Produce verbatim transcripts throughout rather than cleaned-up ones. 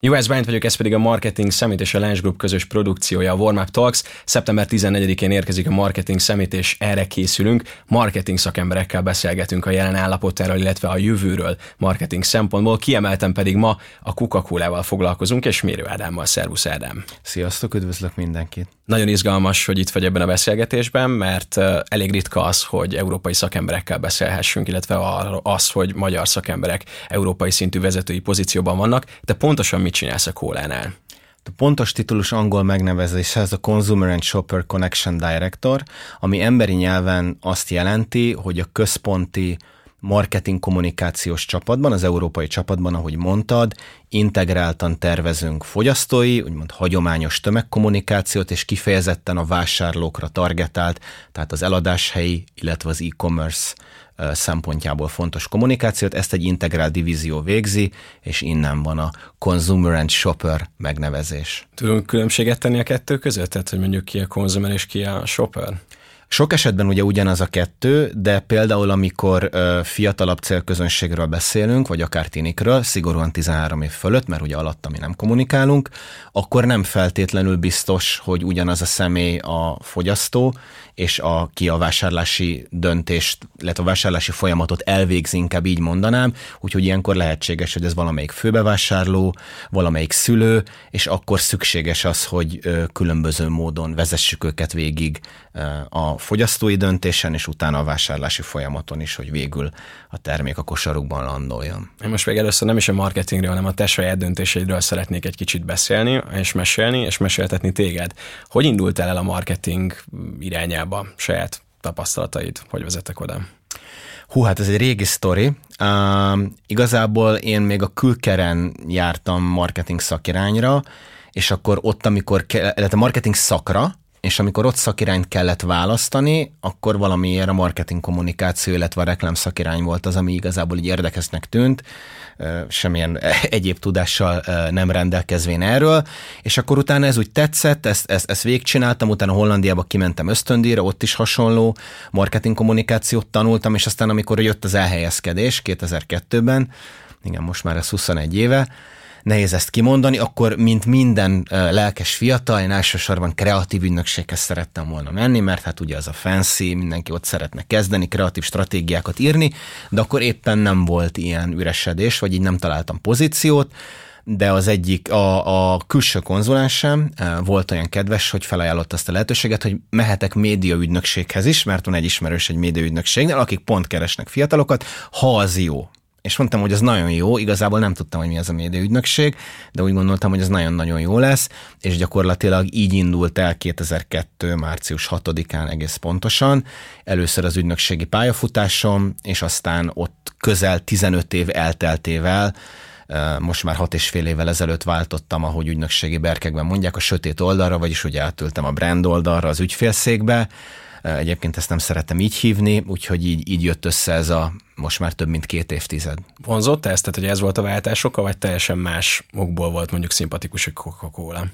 Juhász Bálint vagyok, ez pedig a Marketing Summit és a Lunch Group közös produkciója, a Warm Up Talks. szeptember tizennegyedikén érkezik a Marketing Summit, és erre készülünk. Marketing szakemberekkel beszélgetünk a jelen állapotáról, illetve a jövőről marketing szempontból. Kiemelten pedig ma a Coca-Colával foglalkozunk, és Mérő Ádámmal. Szervusz, Ádám! Sziasztok, üdvözlök mindenkit! Nagyon izgalmas, hogy itt vagy ebben a beszélgetésben, mert elég ritka az, hogy európai szakemberekkel beszélhessünk, illetve az, hogy magyar szakemberek európai szintű vezetői pozícióban vannak. De pontosan mit csinálsz a Kólánál? A pontos titulus angol megnevezés, ez a Consumer and Shopper Connection Director, ami emberi nyelven azt jelenti, hogy a központi marketing kommunikációs csapatban, az európai csapatban, ahogy mondtad, integráltan tervezünk fogyasztói, úgymond hagyományos tömegkommunikációt, és kifejezetten a vásárlókra targetált, tehát az eladáshelyi, illetve az e-commerce szempontjából fontos kommunikációt. Ezt egy integrált divízió végzi, és innen van a Consumer and Shopper megnevezés. Tudunk különbséget tenni a kettő között? Tehát, hogy mondjuk ki a consumer és ki a shopper? Sok esetben ugye ugyanaz a kettő, de például amikor ö, fiatalabb célközönségről beszélünk, vagy akár tinikről, szigorúan tizenhárom év fölött, mert ugye alatt mi nem kommunikálunk, akkor nem feltétlenül biztos, hogy ugyanaz a személy a fogyasztó, és a, ki a vásárlási döntést, illetve a vásárlási folyamatot elvégzi, inkább így mondanám, úgyhogy ilyenkor lehetséges, hogy ez valamelyik főbevásárló, valamelyik szülő, és akkor szükséges az, hogy ö, különböző módon vezessük őket végig ö, a fogyasztói döntésen, és utána a vásárlási folyamaton is, hogy végül a termék a kosarukban landoljon. Én most még először nem is a marketingről, hanem a te saját döntéseidről szeretnék egy kicsit beszélni, és mesélni, és meséltetni téged. Hogy indultál el a marketing irányába, saját tapasztalataid, hogy vezettek oda? Hú, hát ez egy régi sztori. Uh, igazából én még a külkeren jártam marketing szakirányra, és akkor ott, amikor, illetve marketing szakra, és amikor ott szakirányt kellett választani, akkor valamiért a marketing kommunikáció, illetve a reklám szakirány volt az, ami igazából így érdekesnek tűnt, semmilyen egyéb tudással nem rendelkezvén erről, és akkor utána ez úgy tetszett, ezt, ezt, ezt végigcsináltam, utána Hollandiába kimentem ösztöndíjra, ott is hasonló marketing kommunikációt tanultam, és aztán amikor jött az elhelyezkedés kétezer-kettőben, igen, most már ez huszonegy éve, nehéz ezt kimondani, akkor mint minden uh, lelkes fiatal, én elsősorban kreatív ügynökséghez szerettem volna menni, mert hát ugye az a fancy, mindenki ott szeretne kezdeni, kreatív stratégiákat írni, de akkor éppen nem volt ilyen üresedés, vagy így nem találtam pozíciót, de az egyik, a, a külső konzulánsem uh, volt olyan kedves, hogy felajánlott azt a lehetőséget, hogy mehetek médiaügynökséghez is, mert van egy ismerős egy médiaügynökségnél, akik pont keresnek fiatalokat, ha az jó. És mondtam, hogy az nagyon jó, igazából nem tudtam, hogy mi az a médiaügynökség, de úgy gondoltam, hogy ez nagyon-nagyon jó lesz, és gyakorlatilag így indult el kétezer-kettő. március hatodikán egész pontosan. Először az ügynökségi pályafutásom, és aztán ott közel tizenöt év elteltével, most már hat és fél évvel ezelőtt váltottam, ahogy ügynökségi berkekben mondják, a sötét oldalra, vagyis ugye átültem a brand oldalra, az ügyfélszékbe. Egyébként ezt nem szeretem így hívni, úgyhogy így, így jött össze ez a most már több mint két évtized. Vonzott ezt, tehát hogy ez volt a váltás oka, vagy teljesen más okból volt mondjuk szimpatikus egy Coca-Cola?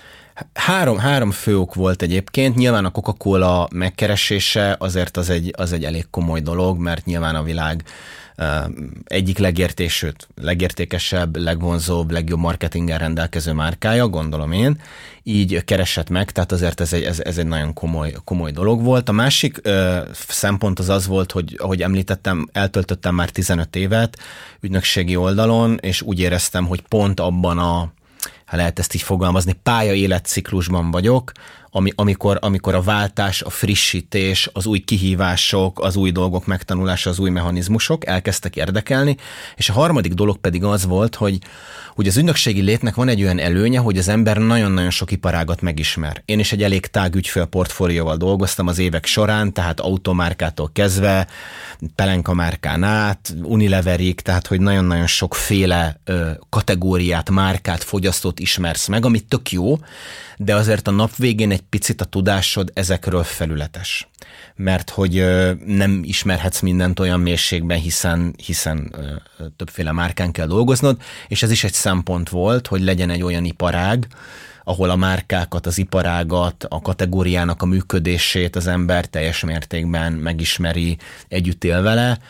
Három, három fő ok volt egyébként. Nyilván a Coca-Cola megkeresése azért az egy, az egy elég komoly dolog, mert nyilván a világ uh, egyik legértésült, legértékesebb, legvonzóbb, legjobb marketinggel rendelkező márkája, gondolom én, így keresett meg, tehát azért ez egy, ez, ez egy nagyon komoly, komoly dolog volt. A másik uh, szempont az az volt, hogy ahogy említettem, eltöltöttem már tizenöt évet ügynökségi oldalon, és úgy éreztem, hogy pont abban a, ha lehet ezt így fogalmazni, pálya életciklusban vagyok, ami, amikor, amikor a váltás, a frissítés, az új kihívások, az új dolgok megtanulása, az új mechanizmusok elkezdtek érdekelni, és a harmadik dolog pedig az volt, hogy, hogy az ügynökségi létnek van egy olyan előnye, hogy az ember nagyon-nagyon sok iparágat megismer. Én is egy elég tág ügyfélportfólióval dolgoztam az évek során, tehát automárkától kezdve, Pelenka márkán át, Unileverig, tehát hogy nagyon-nagyon sokféle ö, kategóriát, márkát, fogyasztót ismersz meg, ami tök jó, de azért a nap végén egy picit a tudásod ezekről felületes. Mert hogy ö, nem ismerhetsz mindent olyan mélységben, hiszen, hiszen ö, többféle márkán kell dolgoznod, és ez is egy szempont volt, hogy legyen egy olyan iparág, ahol a márkákat, az iparágat, a kategóriának a működését az ember teljes mértékben megismeri, együtt él vele,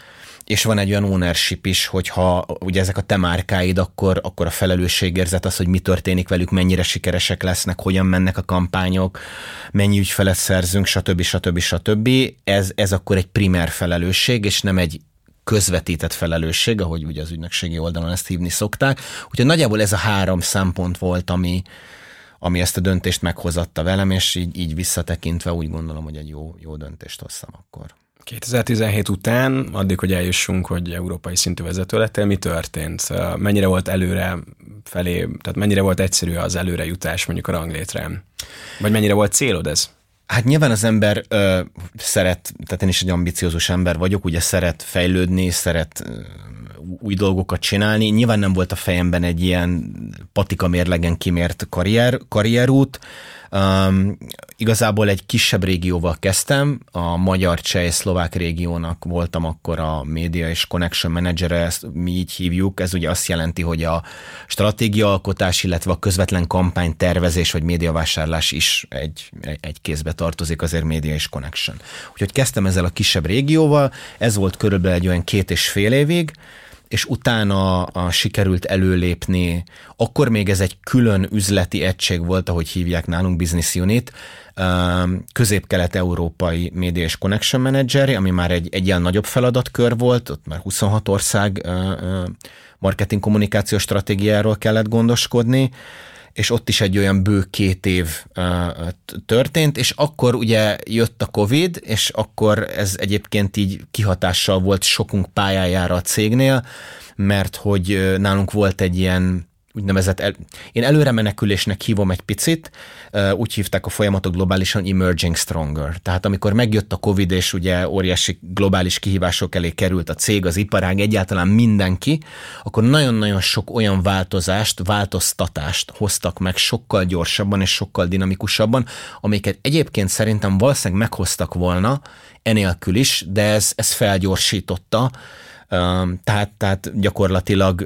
és van egy olyan ownership is, hogyha ugye ezek a te márkáid, akkor, akkor a felelősségérzet az, hogy mi történik velük, mennyire sikeresek lesznek, hogyan mennek a kampányok, mennyi ügyfelet szerzünk, stb. stb. stb. Ez, ez akkor egy primer felelősség, és nem egy közvetített felelősség, ahogy ugye az ügynökségi oldalon ezt hívni szokták. Úgyhogy nagyjából ez a három szempont volt, ami, ami ezt a döntést meghozatta velem, és így, így visszatekintve úgy gondolom, hogy egy jó, jó döntést hoztam akkor. kétezer-tizenhét után, addig, hogy eljussunk, hogy európai szintű vezető lettél, mi történt? Mennyire volt előre felé, tehát mennyire volt egyszerű az előrejutás mondjuk a ranglétrán? Vagy mennyire volt célod ez? Hát nyilván az ember ö, szeret, tehát én is egy ambiciózus ember vagyok, ugye szeret fejlődni, szeret ö, új dolgokat csinálni. Nyilván nem volt a fejemben egy ilyen patika mérlegen kimért karrier, karrierút. Um, igazából egy kisebb régióval kezdtem, a magyar, cseh és szlovák régiónak voltam akkor a média és connection manager, ezt mi így hívjuk, ez ugye azt jelenti, hogy a stratégiaalkotás, illetve a közvetlen kampánytervezés vagy médiavásárlás is egy, egy kézbe tartozik, azért média és connection. Úgyhogy kezdtem ezzel a kisebb régióval, ez volt körülbelül egy olyan két és fél évig, és utána a, sikerült előlépni, akkor még ez egy külön üzleti egység volt, ahogy hívják nálunk, business unit, közép-kelet-európai média és connection manager, ami már egy, egy ilyen nagyobb feladatkör volt, ott már huszonhat ország marketing kommunikációs stratégiáról kellett gondoskodni, és ott is egy olyan bő két év történt, és akkor ugye jött a Covid, és akkor ez egyébként így kihatással volt sokunk pályájára a cégnél, mert hogy nálunk volt egy ilyen úgynevezett, el, én előre menekülésnek hívom egy picit, úgy hívták a folyamatok globálisan Emerging Stronger. Tehát amikor megjött a Covid, és ugye óriási globális kihívások elé került a cég, az iparág, egyáltalán mindenki, akkor nagyon-nagyon sok olyan változást, változtatást hoztak meg sokkal gyorsabban és sokkal dinamikusabban, amiket egyébként szerintem valószínűleg meghoztak volna, enélkül is, de ez, ez felgyorsította. Tehát, tehát gyakorlatilag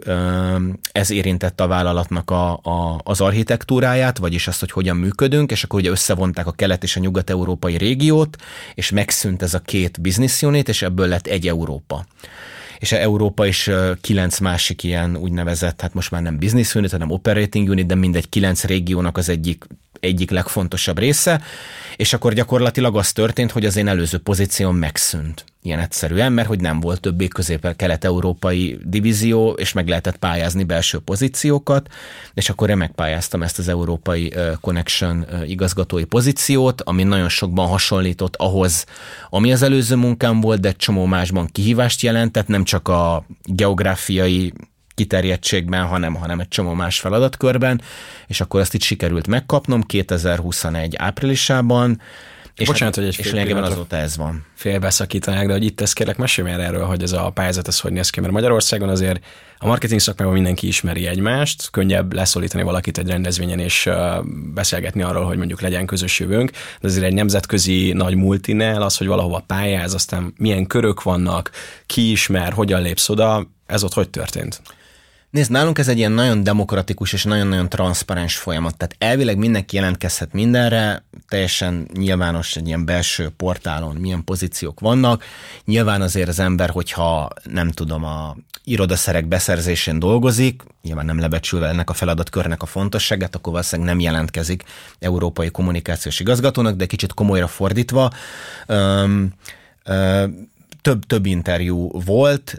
ez érintette a vállalatnak a, a, az architektúráját, vagyis azt, hogy hogyan működünk, és akkor ugye összevonták a kelet- és a nyugat-európai régiót, és megszűnt ez a két business unit, és ebből lett egy Európa. És a Európa is kilenc másik ilyen úgynevezett, hát most már nem business unit, hanem operating unit, de mindegy kilenc régiónak az egyik, egyik legfontosabb része, és akkor gyakorlatilag az történt, hogy az én előző pozícióm megszűnt. Ilyen egyszerűen, mert hogy nem volt többé közép-kelet-európai divízió, és meg lehetett pályázni belső pozíciókat, és akkor én megpályáztam ezt az európai connection igazgatói pozíciót, ami nagyon sokban hasonlított ahhoz, ami az előző munkám volt, de egy csomó másban kihívást jelentett, nem csak a geográfiai kiterjedtségben, hanem, hanem egy csomó más feladatkörben, és akkor azt itt sikerült megkapnom kétezer-huszonegy áprilisában, és, Bocsánat, hát, hogy egy és lényegében azóta ez van. Félbeszakítanák, de hogy itt ezt kérlek, mesélj már erről, hogy ez a pályázat, ez hogy néz ki, mert Magyarországon azért a marketing szakmában mindenki ismeri egymást, könnyebb leszólítani valakit egy rendezvényen és beszélgetni arról, hogy mondjuk legyen közös jövőnk, de azért egy nemzetközi nagy multinál az, hogy valahova pályáz, aztán milyen körök vannak, ki ismer, hogyan lépsz oda, ez ott hogy történt? Nézd, nálunk ez egy ilyen nagyon demokratikus és nagyon-nagyon transzparens folyamat. Tehát elvileg mindenki jelentkezhet mindenre, teljesen nyilvános egy ilyen belső portálon milyen pozíciók vannak. Nyilván azért az ember, hogyha nem tudom, a irodaszerek beszerzésén dolgozik, nyilván nem lebecsülve ennek a feladatkörnek a fontosságát, akkor valószínűleg nem jelentkezik európai kommunikációs igazgatónak, de kicsit komolyra fordítva. Öm, öm, Több, több interjú volt,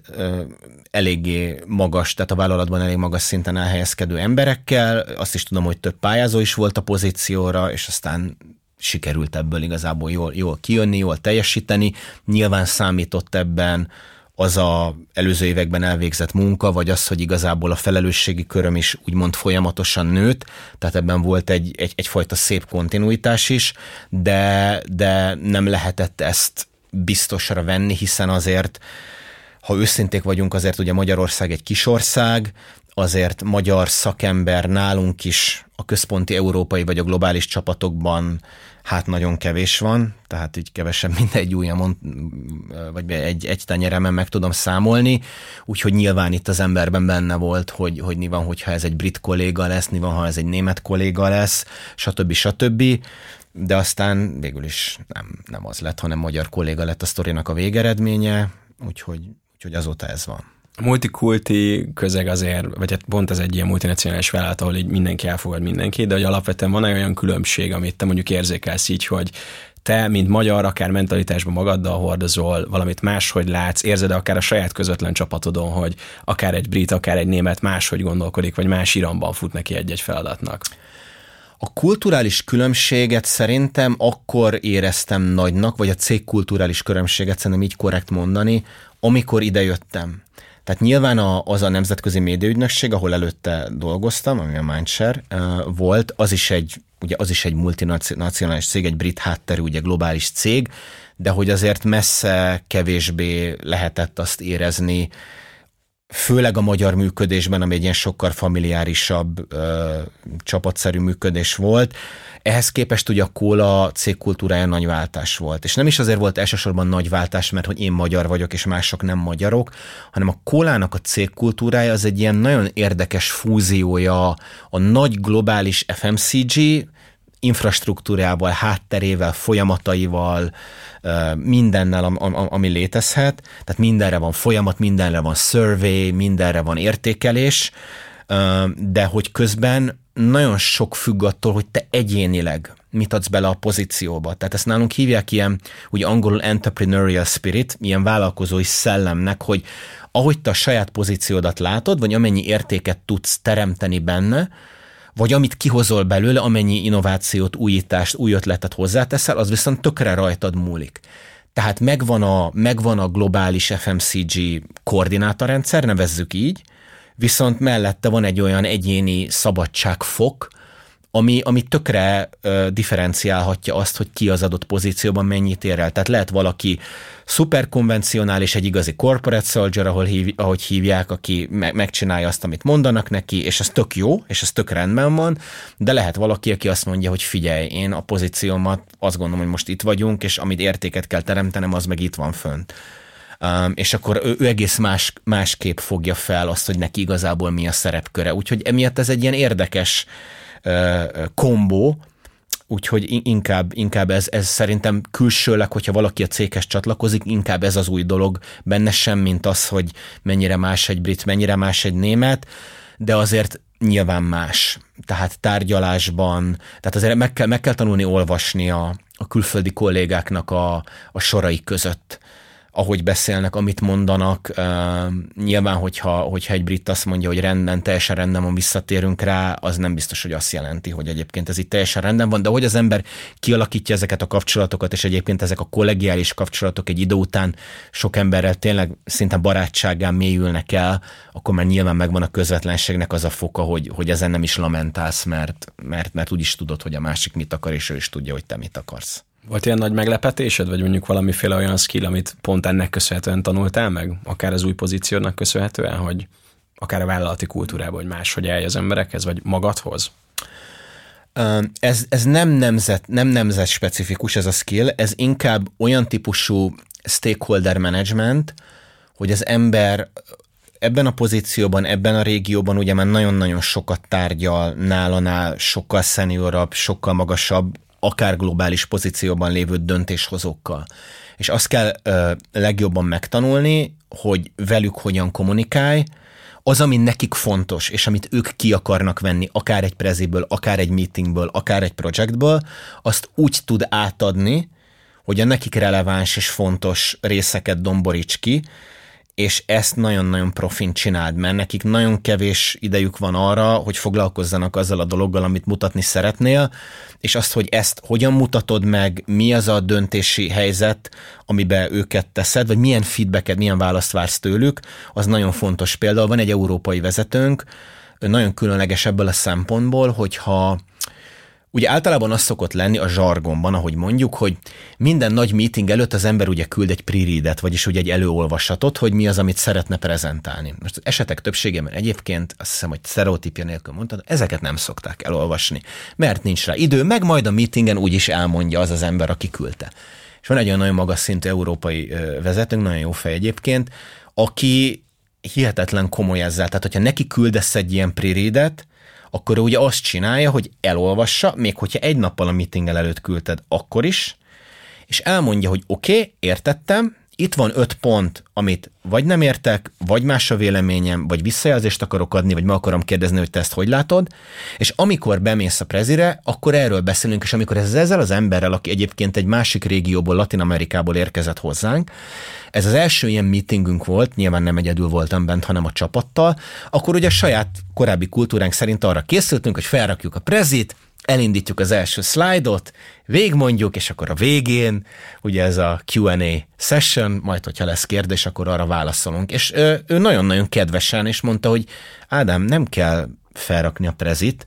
eléggé magas, tehát a vállalatban elég magas szinten elhelyezkedő emberekkel, azt is tudom, hogy több pályázó is volt a pozícióra, és aztán sikerült ebből igazából jól, jól kijönni, jól teljesíteni. Nyilván számított ebben az a előző években elvégzett munka, vagy az, hogy igazából a felelősségi köröm is úgymond folyamatosan nőtt, tehát ebben volt egy, egy, egyfajta szép kontinuitás is, de, de nem lehetett ezt biztosra venni, hiszen azért, ha őszinték vagyunk, azért ugye Magyarország egy kis ország, azért magyar szakember nálunk is a központi európai vagy a globális csapatokban hát nagyon kevés van, tehát így kevesebb, mint egy ujjamon, vagy egy, egy tenyeremen meg tudom számolni, úgyhogy nyilván itt az emberben benne volt, hogy, hogy mi van, hogyha ez egy brit kolléga lesz, mi van, ha ez egy német kolléga lesz, stb. stb. De aztán végül is nem, nem az lett, hanem magyar kolléga lett a sztorinak a végeredménye, úgyhogy, Úgyhogy azóta ez van. A multikulti közeg azért, vagy hát pont ez egy ilyen multinacionális vállalat, ahol így mindenki elfogad mindenki, de hogy alapvetően van olyan különbség, amit te mondjuk érzékelsz így, hogy te, mint magyar, akár mentalitásban magaddal hordozol, valamit máshogy látsz, érzed akár a saját közvetlen csapatodon, hogy akár egy brit, akár egy német máshogy gondolkodik, vagy más iramban fut neki egy-egy feladatnak? A kulturális különbséget szerintem akkor éreztem nagynak, vagy a cég kulturális különbséget szerintem így korrekt mondani, amikor idejöttem. Tehát nyilván a, az a nemzetközi médiaügynökség, ahol előtte dolgoztam, ami a Mindshare volt, az is egy, ugye az is egy multinacionális cég, egy brit hátterű, ugye globális cég, de hogy azért messze kevésbé lehetett azt érezni, főleg a magyar működésben, ami egy ilyen sokkal familiárisabb ö, csapatszerű működés volt. Ehhez képest ugye a Kóla cégkultúrája nagy váltás volt. És nem is azért volt elsősorban nagy váltás, mert hogy én magyar vagyok, és mások nem magyarok, hanem a Kólának a cégkultúrája az egy ilyen nagyon érdekes fúziója a nagy globális ef em cé gé infrastruktúrával, hátterével, folyamataival, mindennel, ami létezhet. Tehát mindenre van folyamat, mindenre van survey, mindenre van értékelés, de hogy közben nagyon sok függ attól, hogy te egyénileg mit adsz bele a pozícióba. Tehát ezt nálunk hívják ilyen, ugye angolul entrepreneurial spirit, ilyen vállalkozói szellemnek, hogy ahogy te a saját pozíciódat látod, vagy amennyi értéket tudsz teremteni benne, vagy amit kihozol belőle, amennyi innovációt, újítást, új ötletet hozzáteszel, az viszont tökre rajtad múlik. Tehát megvan a, megvan a globális ef em cé gé koordinátorrendszer, nevezzük így, viszont mellette van egy olyan egyéni szabadságfok, ami, ami tökre uh, differenciálhatja azt, hogy ki az adott pozícióban mennyit ér el. Tehát lehet valaki szuperkonvencionális, egy igazi corporate soldier, ahol hív, ahogy hívják, aki me- megcsinálja azt, amit mondanak neki, és ez tök jó, és ez tök rendben van, de lehet valaki, aki azt mondja, hogy figyelj, én a pozíciómat azt gondolom, hogy most itt vagyunk, és amit értéket kell teremtenem, az meg itt van fönt. Um, és akkor ő, ő egész más, másképp fogja fel azt, hogy neki igazából mi a szerepköre. Úgyhogy emiatt ez egy ilyen érdekes kombó, úgyhogy inkább, inkább ez, ez szerintem külsőleg, hogyha valaki a céghez csatlakozik, inkább ez az új dolog benne sem, mint az, hogy mennyire más egy brit, mennyire más egy német, de azért nyilván más. Tehát tárgyalásban, tehát azért meg kell, meg kell tanulni olvasni a, a külföldi kollégáknak a, a sorai között, ahogy beszélnek, amit mondanak. Uh, nyilván, hogyha, hogyha egy brit azt mondja, hogy rendben, teljesen rendben van, visszatérünk rá, az nem biztos, hogy azt jelenti, hogy egyébként ez itt teljesen rendben van, de hogy az ember kialakítja ezeket a kapcsolatokat, és egyébként ezek a kollegiális kapcsolatok egy idő után sok emberrel tényleg szinte barátságán mélyülnek el, akkor már nyilván megvan a közvetlenségnek az a foka, hogy, hogy ezen nem is lamentálsz, mert, mert, mert úgyis tudod, hogy a másik mit akar, és ő is tudja, hogy te mit akarsz. Volt ilyen nagy meglepetésed, vagy mondjuk valamiféle olyan skill, amit pont ennek köszönhetően tanultál meg? Akár az új pozíciódnak köszönhetően, hogy akár a vállalati kultúrában, hogy máshogy állj az emberekhez, vagy magadhoz? Ez, ez nem, nemzet, nem nemzet specifikus ez a skill, ez inkább olyan típusú stakeholder management, hogy az ember ebben a pozícióban, ebben a régióban ugye már nagyon-nagyon sokat tárgyal, nálanál sokkal szeniorabb, sokkal magasabb, akár globális pozícióban lévő döntéshozókkal. És azt kell ö, legjobban megtanulni, hogy velük hogyan kommunikálj, az, ami nekik fontos, és amit ők ki akarnak venni, akár egy preziből, akár egy meetingből, akár egy projektből, azt úgy tud átadni, hogy a nekik releváns és fontos részeket domboríts ki, és ezt nagyon-nagyon profin csináld, mert nekik nagyon kevés idejük van arra, hogy foglalkozzanak azzal a dologgal, amit mutatni szeretnél, és azt, hogy ezt hogyan mutatod meg, mi az a döntési helyzet, amiben őket teszed, vagy milyen feedbacket, milyen választ vársz tőlük, az nagyon fontos. Például van egy európai vezetőnk, nagyon különleges ebből a szempontból, hogyha ugye általában az szokott lenni a zsargonban, ahogy mondjuk, hogy minden nagy meeting előtt az ember ugye küld egy pre-readet, vagyis ugye egy előolvasatot, hogy mi az, amit szeretne prezentálni. Most az esetek többségében egyébként, azt hiszem, hogy sztereotípia nélkül mondtad, ezeket nem szokták elolvasni, mert nincs rá idő, meg majd a meetingen úgyis elmondja az az ember, aki küldte. És van egy olyan nagyon magas szintű európai vezetőnk, nagyon jó fej egyébként, aki hihetetlen komoly ezzel. Tehát, hogyha neki küldesz egy ilyen pre-readet, akkor ugye azt csinálja, hogy elolvassa, még hogyha egy nappal a meetinggel előtt küldted, akkor is, és elmondja, hogy oké, okay, értettem, itt van öt pont, amit vagy nem értek, vagy más a véleményem, vagy visszajelzést akarok adni, vagy meg akarom kérdezni, hogy te ezt hogy látod, és amikor bemész a prezire, akkor erről beszélünk, és amikor ez ezzel az emberrel, aki egyébként egy másik régióból, Latin-Amerikából érkezett hozzánk, ez az első ilyen meetingünk volt, nyilván nem egyedül voltam bent, hanem a csapattal, akkor ugye a saját korábbi kultúránk szerint arra készültünk, hogy felrakjuk a prezit, elindítjuk az első szlájdot, végigmondjuk, és akkor a végén, ugye ez a Q and A session, majd hogyha lesz kérdés, akkor arra válaszolunk. És ő, ő nagyon-nagyon kedvesen, és mondta, hogy Ádám, nem kell felrakni a prezit,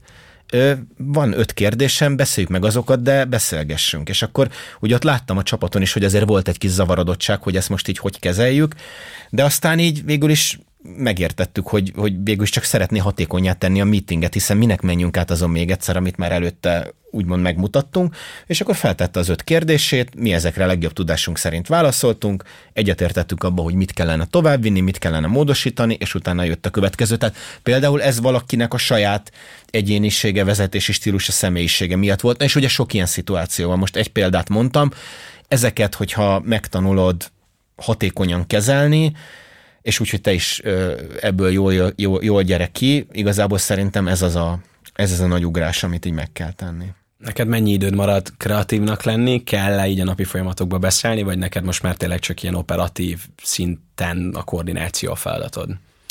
van öt kérdésem, beszéljük meg azokat, de beszélgessünk. És akkor ugye ott láttam a csapaton is, hogy azért volt egy kis zavarodottság, hogy ezt most így hogy kezeljük, de aztán így végül is megértettük, hogy, hogy végül is csak szeretné hatékonnyá tenni a meetinget, hiszen minek menjünk át azon még egyszer, amit már előtte úgymond megmutattunk, és akkor feltette az öt kérdését, mi ezekre a legjobb tudásunk szerint válaszoltunk, egyetértettük abba, hogy mit kellene továbbvinni, mit kellene módosítani, és utána jött a következő. Tehát például ez valakinek a saját egyénisége, vezetési stílusa, személyisége miatt volt, és ugye sok ilyen szituáció van. Most egy példát mondtam, ezeket, hogyha megtanulod hatékonyan kezelni, és úgy, hogy te is ebből jól, jól, jól gyere ki, igazából szerintem ez az, a, ez az a nagy ugrás, amit így meg kell tenni. Neked mennyi időd marad kreatívnak lenni? Kell-e így a napi folyamatokba beszélni, vagy neked most már tényleg csak ilyen operatív szinten a koordináció a feladatod?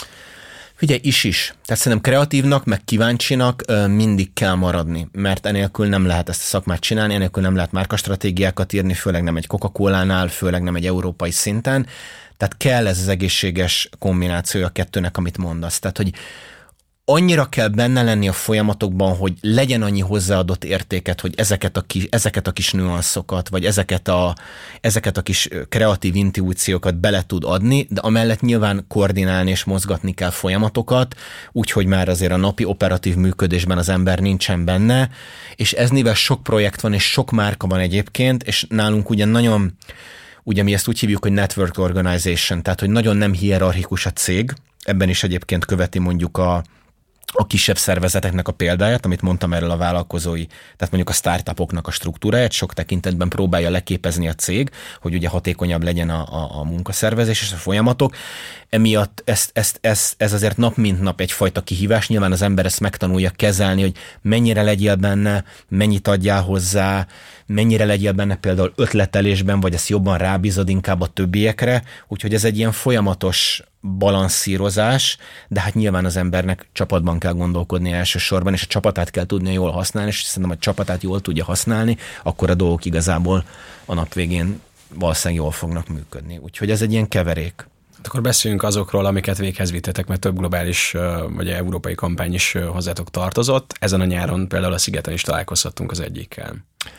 Ugye is-is. Tehát szerintem kreatívnak, meg kíváncsinak mindig kell maradni, mert enélkül nem lehet ezt a szakmát csinálni, enélkül nem lehet márkastratégiákat írni, főleg nem egy Coca-Colánál, főleg nem egy európai szinten. Tehát kell ez az egészséges kombinációja a kettőnek, amit mondasz. Tehát, hogy annyira kell benne lenni a folyamatokban, hogy legyen annyi hozzáadott értéket, hogy ezeket a kis, ezeket a kis nüanszokat, vagy ezeket a, ezeket a kis kreatív intuíciókat bele tud adni, de amellett nyilván koordinálni és mozgatni kell folyamatokat, úgyhogy már azért a napi operatív működésben az ember nincsen benne, és ez mivel sok projekt van, és sok márka van egyébként, és nálunk ugye nagyon, ugye mi ezt úgy hívjuk, hogy network organization, tehát hogy nagyon nem hierarchikus a cég, ebben is egyébként követi mondjuk a a kisebb szervezeteknek a példáját, amit mondtam erről a vállalkozói, tehát mondjuk a startupoknak a struktúráját, sok tekintetben próbálja leképezni a cég, hogy ugye hatékonyabb legyen a, a, a munkaszervezés és a folyamatok. Emiatt ez, ez, ez, ez azért nap mint nap egyfajta kihívás, nyilván az ember ezt megtanulja kezelni, hogy mennyire legyél benne, mennyit adjál hozzá, mennyire legyél benne például ötletelésben, vagy ezt jobban rábízod inkább a többiekre, úgyhogy ez egy ilyen folyamatos balanszírozás, de hát nyilván az embernek csapatban kell gondolkodni elsősorban, és a csapatát kell tudnia jól használni, és szerintem a csapatát jól tudja használni, akkor a dolgok igazából a nap végén valószínűleg jól fognak működni. Úgyhogy ez egy ilyen keverék. Akkor beszéljünk azokról, amiket véghez vittetek, mert több globális vagy európai kampány is hozzátok tartozott. Ezen a nyáron például a Szigeten is találkozhattunk az egyikkel.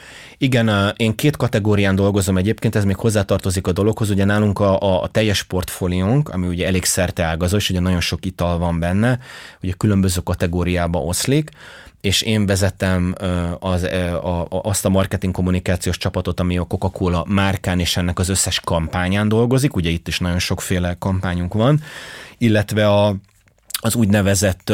Igen, én két kategórián dolgozom egyébként, ez még hozzátartozik a dologhoz, ugye nálunk a, a, a teljes portfóliónk, ami ugye elég szerteágazó, és ugye nagyon sok ital van benne, ugye különböző kategóriába oszlik, és én vezetem az, a, a, azt a marketing kommunikációs csapatot, ami a Coca-Cola márkán és ennek az összes kampányán dolgozik, ugye itt is nagyon sokféle kampányunk van, illetve a, az úgynevezett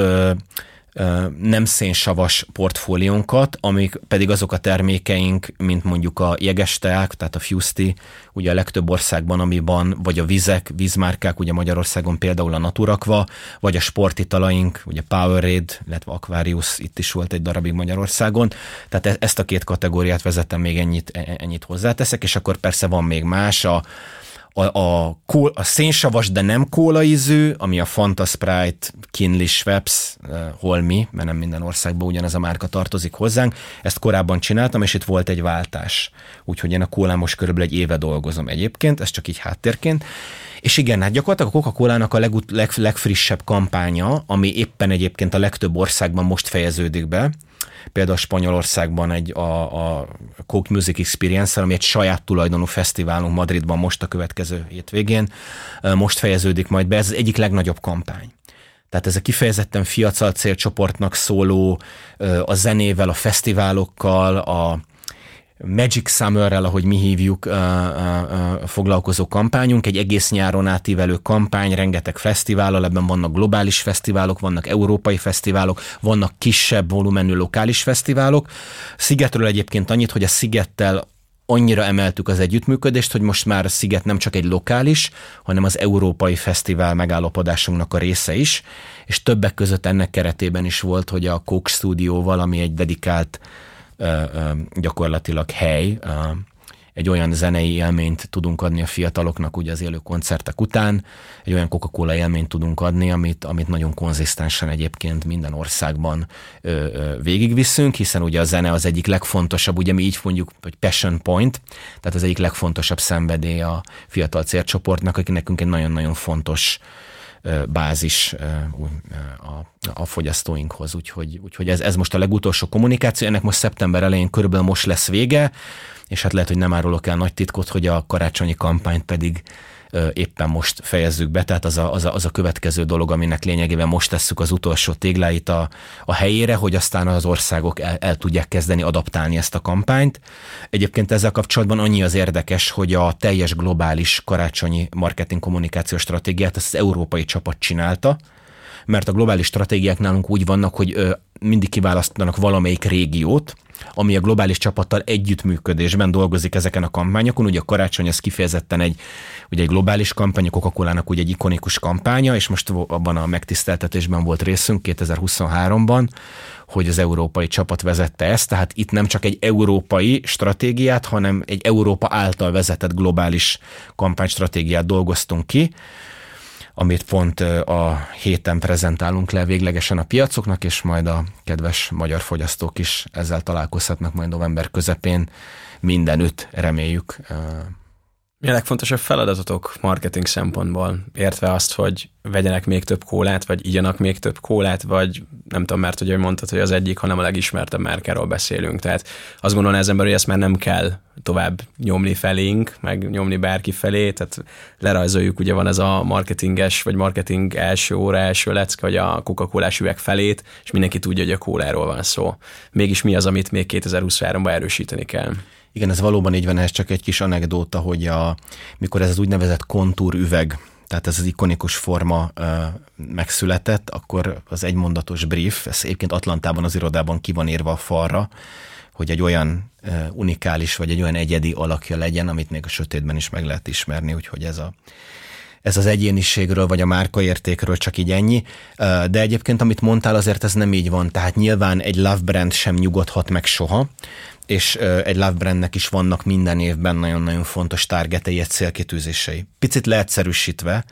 nem szénsavas portfóliónkat, amik pedig azok a termékeink, mint mondjuk a jegesteák, tehát a Fusti, ugye a legtöbb országban, amiben vagy a vizek, vízmárkák, ugye Magyarországon például a Naturakva, vagy a sportitalaink, ugye Powerade, illetve Aquarius, itt is volt egy darabig Magyarországon, tehát ezt a két kategóriát vezettem, még ennyit, ennyit hozzáteszek, és akkor persze van még más, a A, a, a szénsavas, de nem kólaízű, ami a Fanta, Sprite, Kinley, Schweppes, Holmi, mert nem minden országban ugyanez a márka tartozik hozzánk. Ezt korábban csináltam, és itt volt egy váltás. Úgyhogy én a kólán most körülbelül egy éve dolgozom egyébként, ez csak így háttérként. És igen, hát gyakorlatilag a Coca-Colának a leg, leg, legfrissebb kampánya, ami éppen egyébként a legtöbb országban most fejeződik be, például Spanyolországban egy a, a Coke Music Experience, ami egy saját tulajdonú fesztiválunk Madridban most a következő hétvégén, most fejeződik majd be, ez az egyik legnagyobb kampány. Tehát ez a kifejezetten fiatal célcsoportnak szóló, a zenével, a fesztiválokkal, a Magic Summerrel, ahogy mi hívjuk, a foglalkozó kampányunk, egy egész nyáron átívelő kampány, rengeteg fesztivállal, ebben vannak globális fesztiválok, vannak európai fesztiválok, vannak kisebb volumenű lokális fesztiválok. Szigetről egyébként annyit, hogy a Szigettel annyira emeltük az együttműködést, hogy most már a Sziget nem csak egy lokális, hanem az európai fesztivál megállapodásunknak a része is, és többek között ennek keretében is volt, hogy a Coke Stúdióval, ami egy dedikált gyakorlatilag hely, egy olyan zenei élményt tudunk adni a fiataloknak ugye az élő koncertek után, egy olyan Coca-Cola élményt tudunk adni, amit, amit nagyon konzisztensen egyébként minden országban ö, ö, végigviszünk, hiszen ugye a zene az egyik legfontosabb, ugye mi így mondjuk, hogy passion point, tehát az egyik legfontosabb szenvedély a fiatal célcsoportnak, aki nekünk egy nagyon-nagyon fontos bázis a, a fogyasztóinkhoz. Úgyhogy, úgyhogy ez, ez most a legutolsó kommunikáció, ennek most szeptember elején körülbelül most lesz vége, és hát lehet, hogy nem árulok el nagy titkot, hogy a karácsonyi kampányt pedig éppen most fejezzük be, tehát az a, az a, az a következő dolog, aminek lényegében most tesszük az utolsó tégláit a, a helyére, hogy aztán az országok el, el tudják kezdeni adaptálni ezt a kampányt. Egyébként ezzel kapcsolatban annyi az érdekes, hogy a teljes globális karácsonyi marketing kommunikációs stratégiát ezt az európai csapat csinálta, mert a globális stratégiák nálunk úgy vannak, hogy ö, mindig kiválasztanak valamelyik régiót, ami a globális csapattal együttműködésben dolgozik ezeken a kampányokon. Ugye a karácsony az kifejezetten egy, ugye egy globális kampány, a Coca-Colának ugye egy ikonikus kampánya, és most abban a megtiszteltetésben volt részünk kétezer-huszonháromban, hogy az európai csapat vezette ezt, tehát itt nem csak egy európai stratégiát, hanem egy Európa által vezetett globális kampánystratégiát dolgoztunk ki, amit pont a héten prezentálunk le véglegesen a piacoknak, és majd a kedves magyar fogyasztók is ezzel találkozhatnak majd november közepén mindenütt, reméljük. Mi a legfontosabb feladatotok marketing szempontból? Értve azt, hogy vegyenek még több kólát, vagy igyanak még több kólát, vagy nem tudom, mert hogy mondtad, hogy az egyik, hanem a legismertebb márkáról beszélünk. Tehát azt gondolom az ember, hogy ezt már nem kell tovább nyomni felénk, meg nyomni bárki felé, tehát lerajzoljuk, ugye van ez a marketinges, vagy marketing első óra, első lecke, vagy a Coca-Colás üveg felét, és mindenki tudja, hogy a kóláról van szó. Mégis mi az, amit még kétezer-huszonháromban erősíteni kell? Igen, ez valóban így van, ez csak egy kis anekdóta, hogy a, mikor ez az úgynevezett kontúrüveg, tehát ez az ikonikus forma uh, megszületett, akkor az egymondatos brief, ez egyébként Atlantában az irodában ki van írva a falra, hogy egy olyan uh, unikális, vagy egy olyan egyedi alakja legyen, amit még a sötétben is meg lehet ismerni, úgyhogy ez a Ez az egyéniségről, vagy a márkaértékről csak így ennyi. De egyébként, amit mondtál, azért ez nem így van. Tehát nyilván egy love brand sem nyugodhat meg soha, és egy love brandnek is vannak minden évben nagyon-nagyon fontos targetei, egy célkitűzései. Picit leegyszerűsítve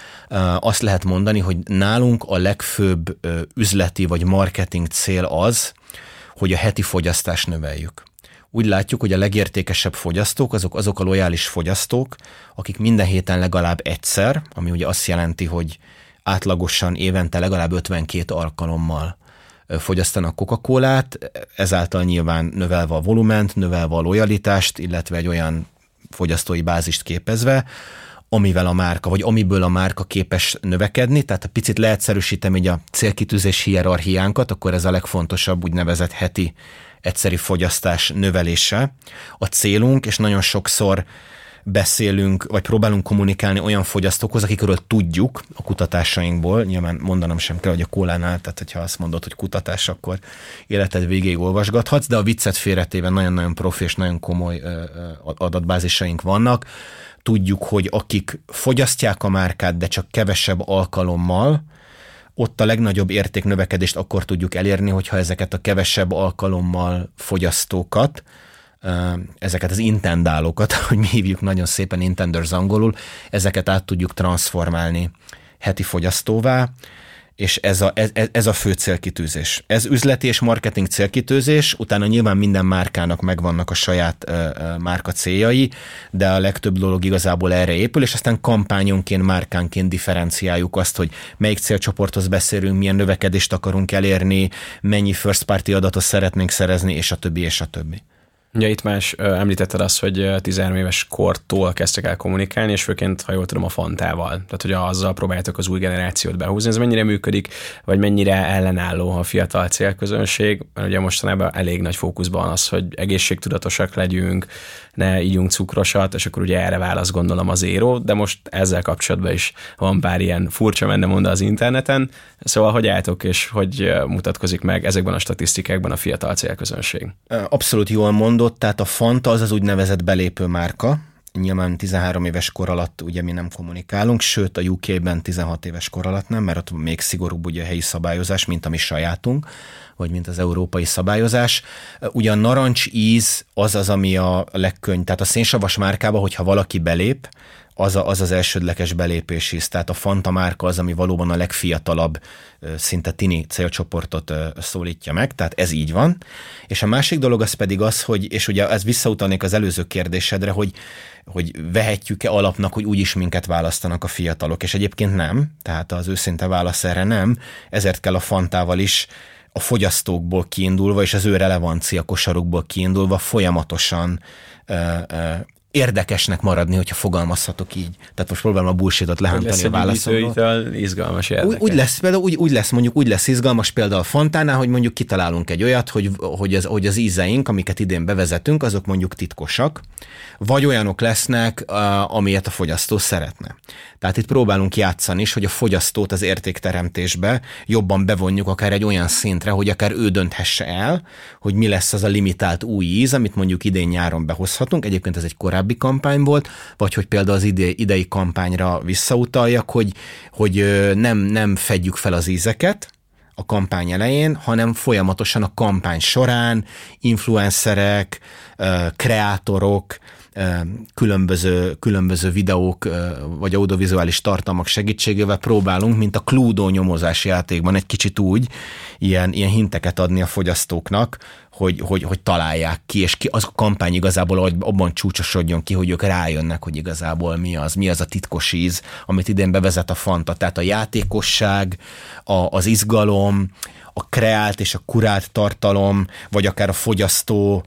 azt lehet mondani, hogy nálunk a legfőbb üzleti vagy marketing cél az, hogy a heti fogyasztást növeljük. Úgy látjuk, hogy a legértékesebb fogyasztók azok azok a lojális fogyasztók, akik minden héten legalább egyszer, ami ugye azt jelenti, hogy átlagosan évente legalább ötvenkét alkalommal fogyasztanak Coca-Colát, ezáltal nyilván növelve a volument, növelve a lojalitást, illetve egy olyan fogyasztói bázist képezve, amivel a márka, vagy amiből a márka képes növekedni, tehát ha picit leegyszerűsítem így a célkitűzés hierarchiánkat, akkor ez a legfontosabb úgynevezett heti egyszeri fogyasztás növelése a célunk, és nagyon sokszor beszélünk, vagy próbálunk kommunikálni olyan fogyasztókhoz, akikről tudjuk a kutatásainkból, nyilván mondanom sem kell, hogy a kólánál, tehát hogyha azt mondod, hogy kutatás, akkor életed végéig olvasgathatsz, de a viccet félretében nagyon-nagyon profi és nagyon komoly adatbázisaink vannak. Tudjuk, hogy akik fogyasztják a márkát, de csak kevesebb alkalommal, ott a legnagyobb értéknövekedést akkor tudjuk elérni, hogyha ezeket a kevesebb alkalommal fogyasztókat, ezeket az intendálókat, hogy mi hívjuk nagyon szépen intenders angolul, ezeket át tudjuk transformálni heti fogyasztóvá, és ez a, ez, ez a fő célkitűzés. Ez üzleti és marketing célkitűzés, utána nyilván minden márkának megvannak a saját uh, uh, márka céljai, de a legtöbb dolog igazából erre épül, és aztán kampányonként, márkánként differenciáljuk azt, hogy melyik célcsoporthoz beszélünk, milyen növekedést akarunk elérni, mennyi first party adatot szeretnénk szerezni, és a többi, és a többi. Ugye itt más említetted azt, hogy tizenhárom éves kortól kezdtek el kommunikálni, és főként, ha jól tudom, a Fantával. Tehát, hogy azzal próbáljátok az új generációt behúzni. Ez mennyire működik, vagy mennyire ellenálló a fiatal célközönség? Mert ugye mostanában elég nagy fókuszban az, hogy egészségtudatosak legyünk, ne ígyunk cukrosat, és akkor ugye erre válasz gondolom az Zero, de most ezzel kapcsolatban is van pár ilyen furcsa mendemonda az interneten. Szóval hogy álltok, és hogy mutatkozik meg ezekben a statisztikákban a fiatal célközönség? Abszolút jól mondod. mondott, tehát a Fanta az az úgynevezett belépő márka, nyilván tizenhárom éves kor alatt ugye mi nem kommunikálunk, sőt a U K-ben tizenhat éves kor alatt nem, mert ott még szigorúbb ugye a helyi szabályozás, mint a mi sajátunk, vagy mint az európai szabályozás. Ugye a narancs íz az az, ami a legkönny, tehát a szénsavas márkába, hogyha valaki belép, az, a, az az elsődleges belépési íz. Tehát a Fanta márka az, ami valóban a legfiatalabb, szinte tini célcsoportot szólítja meg, tehát ez így van. És a másik dolog az pedig az, hogy, és ugye ez visszautalnék az előző kérdésedre, hogy, hogy vehetjük-e alapnak, hogy úgyis minket választanak a fiatalok, és egyébként nem, tehát az őszinte válasz erre nem, ezért kell a Fantával is a fogyasztókból kiindulva, és az ő relevancia kosarukból kiindulva folyamatosan ö, ö, érdekesnek maradni, hogyha fogalmazhatok így. Tehát most próbálom a bullshitot lehántani a válaszomról. Izgalmas, érdekes. Úgy, úgy lesz, például, úgy, úgy lesz, mondjuk úgy lesz izgalmas például a Fantánál, hogy mondjuk kitalálunk egy olyat, hogy, hogy, az, hogy az ízeink, amiket idén bevezetünk, azok mondjuk titkosak, vagy olyanok lesznek, amilyet a fogyasztó szeretne. Tehát itt próbálunk játszani is, hogy a fogyasztót az értékteremtésbe jobban bevonjuk akár egy olyan szintre, hogy akár ő dönthesse el, hogy mi lesz az a limitált új íz, amit mondjuk idén nyáron behozhatunk. Egyébként ez egy korábbi kampány volt, vagy hogy például az idei, idei kampányra visszautaljak, hogy, hogy nem, nem fedjük fel az ízeket a kampány elején, hanem folyamatosan a kampány során influencerek, kreátorok, különböző, különböző videók vagy audiovizuális tartalmak segítségével próbálunk, mint a Cluedo nyomozás játékban egy kicsit úgy, ilyen, ilyen hinteket adni a fogyasztóknak, hogy, hogy, hogy találják ki, és ki, az a kampány igazából abban csúcsosodjon ki, hogy ők rájönnek, hogy igazából mi az, mi az a titkos íz, amit idén bevezet a Fanta. Tehát a játékosság, a, az izgalom, a kreált és a kurált tartalom, vagy akár a fogyasztó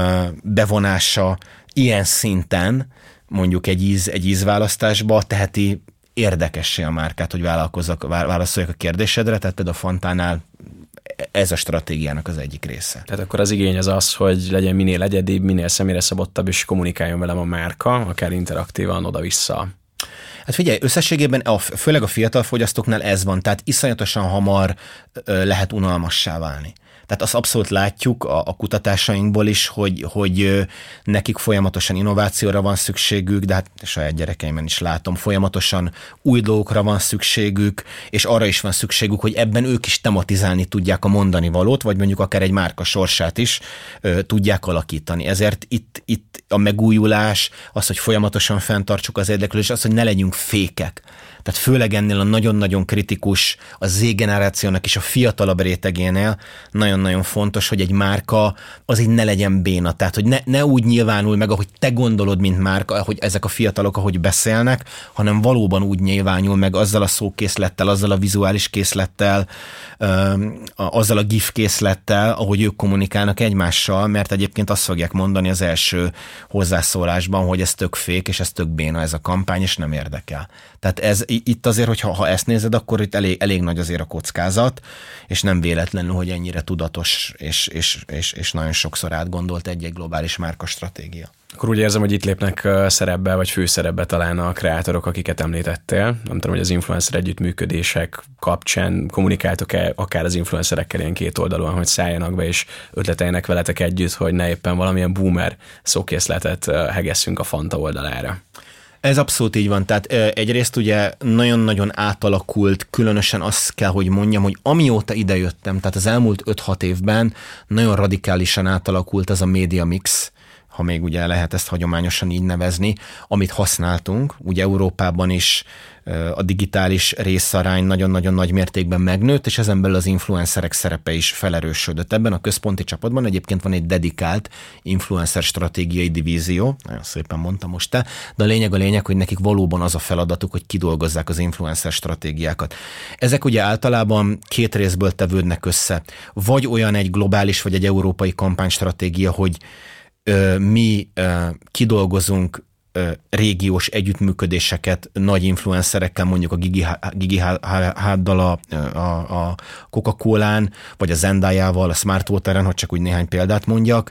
bevonása ilyen szinten mondjuk egy íz, egy ízválasztásba teheti érdekessé a márkát, hogy vállalkozzak, válaszoljak a kérdésedre, tehát például a Fantánál ez a stratégiának az egyik része. Tehát akkor az igény az az, hogy legyen minél egyedibb, minél személyre szabottabb, és kommunikáljon velem a márka, akár interaktívan oda-vissza. Hát figyelj, összességében a, főleg a fiatal fogyasztóknál ez van, tehát iszonyatosan hamar ö, lehet unalmassá válni. Tehát azt abszolút látjuk a, a kutatásainkból is, hogy, hogy nekik folyamatosan innovációra van szükségük, de hát a saját gyerekeimben is látom, folyamatosan új dolgokra van szükségük, és arra is van szükségük, hogy ebben ők is tematizálni tudják a mondani valót, vagy mondjuk akár egy márka sorsát is ö, tudják alakítani. Ezért itt, itt a megújulás, az, hogy folyamatosan fenntartsuk az érdeklődést, az, hogy ne legyünk fékek. Tehát főleg ennél a nagyon-nagyon kritikus, a Z-generációnak és a fiatalabb rétegénél nagyon-nagyon fontos, hogy egy márka az így ne legyen béna. Tehát, hogy ne, ne úgy nyilvánul meg, ahogy te gondolod, mint márka, hogy ezek a fiatalok, ahogy beszélnek, hanem valóban úgy nyilvánul meg azzal a szókészlettel, azzal a vizuális készlettel, azzal a gif készlettel, ahogy ők kommunikálnak egymással, mert egyébként azt fogják mondani az első hozzászólásban, hogy ez tök fék, és ez tök béna ez a kampány, és nem érdekel. Tehát ez itt azért, hogyha ha ezt nézed, akkor itt elég, elég nagy azért a kockázat, és nem véletlenül, hogy ennyire tudatos, és, és, és, és nagyon sokszor átgondolt egy-egy globális márka stratégia. Akkor úgy érzem, hogy itt lépnek szerepbe, vagy főszerepbe talán a kreátorok, akiket említettél. Nem tudom, hogy az influencer együttműködések kapcsán kommunikáltok-e akár az influencerekkel ilyen két oldalon, hogy szálljanak be, és ötleteljenek veletek együtt, hogy ne éppen valamilyen boomer szókészletet hegesszünk a Fanta oldalára. Ez abszolút így van, tehát egyrészt ugye nagyon-nagyon átalakult, különösen azt kell, hogy mondjam, hogy amióta idejöttem, tehát az elmúlt öt-hat évben nagyon radikálisan átalakult az a média mix, ha még ugye lehet ezt hagyományosan így nevezni, amit használtunk. Ugye Európában is a digitális részarány nagyon-nagyon nagy mértékben megnőtt, és ezen belül az influencerek szerepe is felerősödött. Ebben a központi csapatban egyébként van egy dedikált influencer stratégiai divízió, nagyon szépen mondtam most te, de a lényeg a lényeg, hogy nekik valóban az a feladatuk, hogy kidolgozzák az influencer stratégiákat. Ezek ugye általában két részből tevődnek össze. Vagy olyan egy globális, vagy egy európai kampánystratégia, hogy ö, mi ö, kidolgozunk régiós együttműködéseket nagy influencerekkel, mondjuk a Gigi, Gigi Haddal a, a, a Coca-Colán, vagy a Zendayával, a Smart Wateren, hogy csak úgy néhány példát mondjak,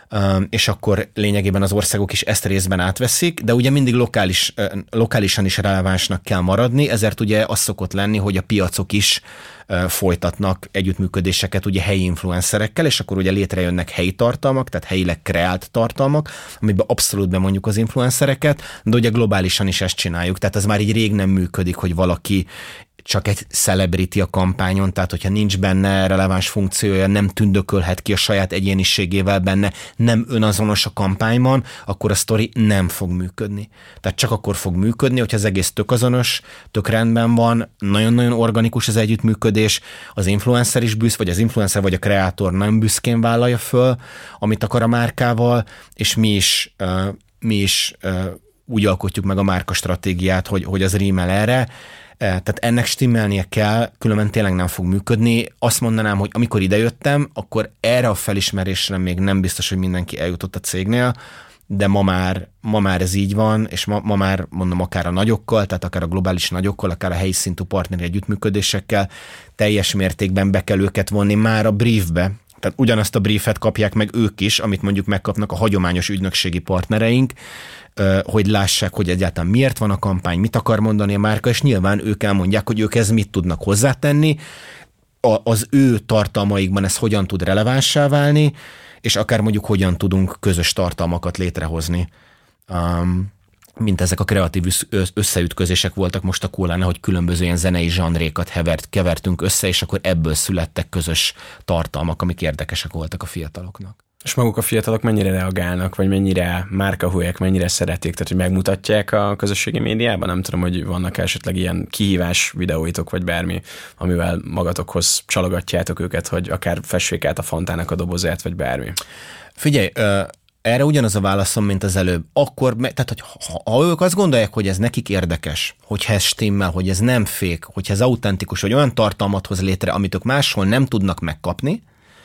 és akkor lényegében az országok is ezt részben átveszik, de ugye mindig lokális, lokálisan is relevánsnak kell maradni, ezért ugye az szokott lenni, hogy a piacok is folytatnak együttműködéseket ugye helyi influencerekkel, és akkor ugye létrejönnek helyi tartalmak, tehát helyileg kreált tartalmak, amiben abszolút bemondjuk az influencereket, de ugye globálisan is ezt csináljuk, tehát ez már így rég nem működik, hogy valaki csak egy celebrity a kampányon, tehát hogyha nincs benne releváns funkciója, nem tündökölhet ki a saját egyéniségével benne, nem önazonos a kampányban, akkor a sztori nem fog működni. Tehát csak akkor fog működni, hogyha az egész tök azonos, tök rendben van, nagyon-nagyon organikus az együttműködés, az influencer is büsz, vagy az influencer, vagy a kreátor nem büszkén vállalja föl, amit akar a márkával, és mi is, uh, mi is uh, úgy alkotjuk meg a márka stratégiát, hogy, hogy az rímel erre. Tehát ennek stimmelnie kell, különben tényleg nem fog működni. Azt mondanám, hogy amikor idejöttem, akkor erre a felismerésre még nem biztos, hogy mindenki eljutott a cégnél, de ma már, ma már ez így van, és ma, ma már mondom akár a nagyokkal, tehát akár a globális nagyokkal, akár a helyi szintű partneri együttműködésekkel teljes mértékben be kell őket vonni már a briefbe. Tehát ugyanazt a briefet kapják meg ők is, amit mondjuk megkapnak a hagyományos ügynökségi partnereink, hogy lássák, hogy egyáltalán miért van a kampány, mit akar mondani a márka, és nyilván ők elmondják, hogy ők ez mit tudnak hozzátenni, az ő tartalmaikban ez hogyan tud relevánssá válni, és akár mondjuk hogyan tudunk közös tartalmakat létrehozni. Um, mint ezek a kreatív összeütközések voltak most a Kólánál, hogy különböző ilyen zenei zsanrékat hevert, kevertünk össze, és akkor ebből születtek közös tartalmak, amik érdekesek voltak a fiataloknak. És maguk a fiatalok mennyire reagálnak, vagy mennyire márkahúlyek, mennyire szeretik, tehát hogy megmutatják a közösségi médiában? Nem tudom, hogy vannak esetleg ilyen kihívás videóitok, vagy bármi, amivel magatokhoz csalogatjátok őket, hogy akár fessék át a Fantának a dobozát, vagy bármi. Figyelj, ö- erre ugyanaz a válaszom, mint az előbb. Akkor, tehát, hogy ha, ha ők azt gondolják, hogy ez nekik érdekes, hogyha ez stimmel, hogy ez nem fék, hogyha ez autentikus, hogy olyan tartalmat hoz létre, amit ők máshol nem tudnak megkapni,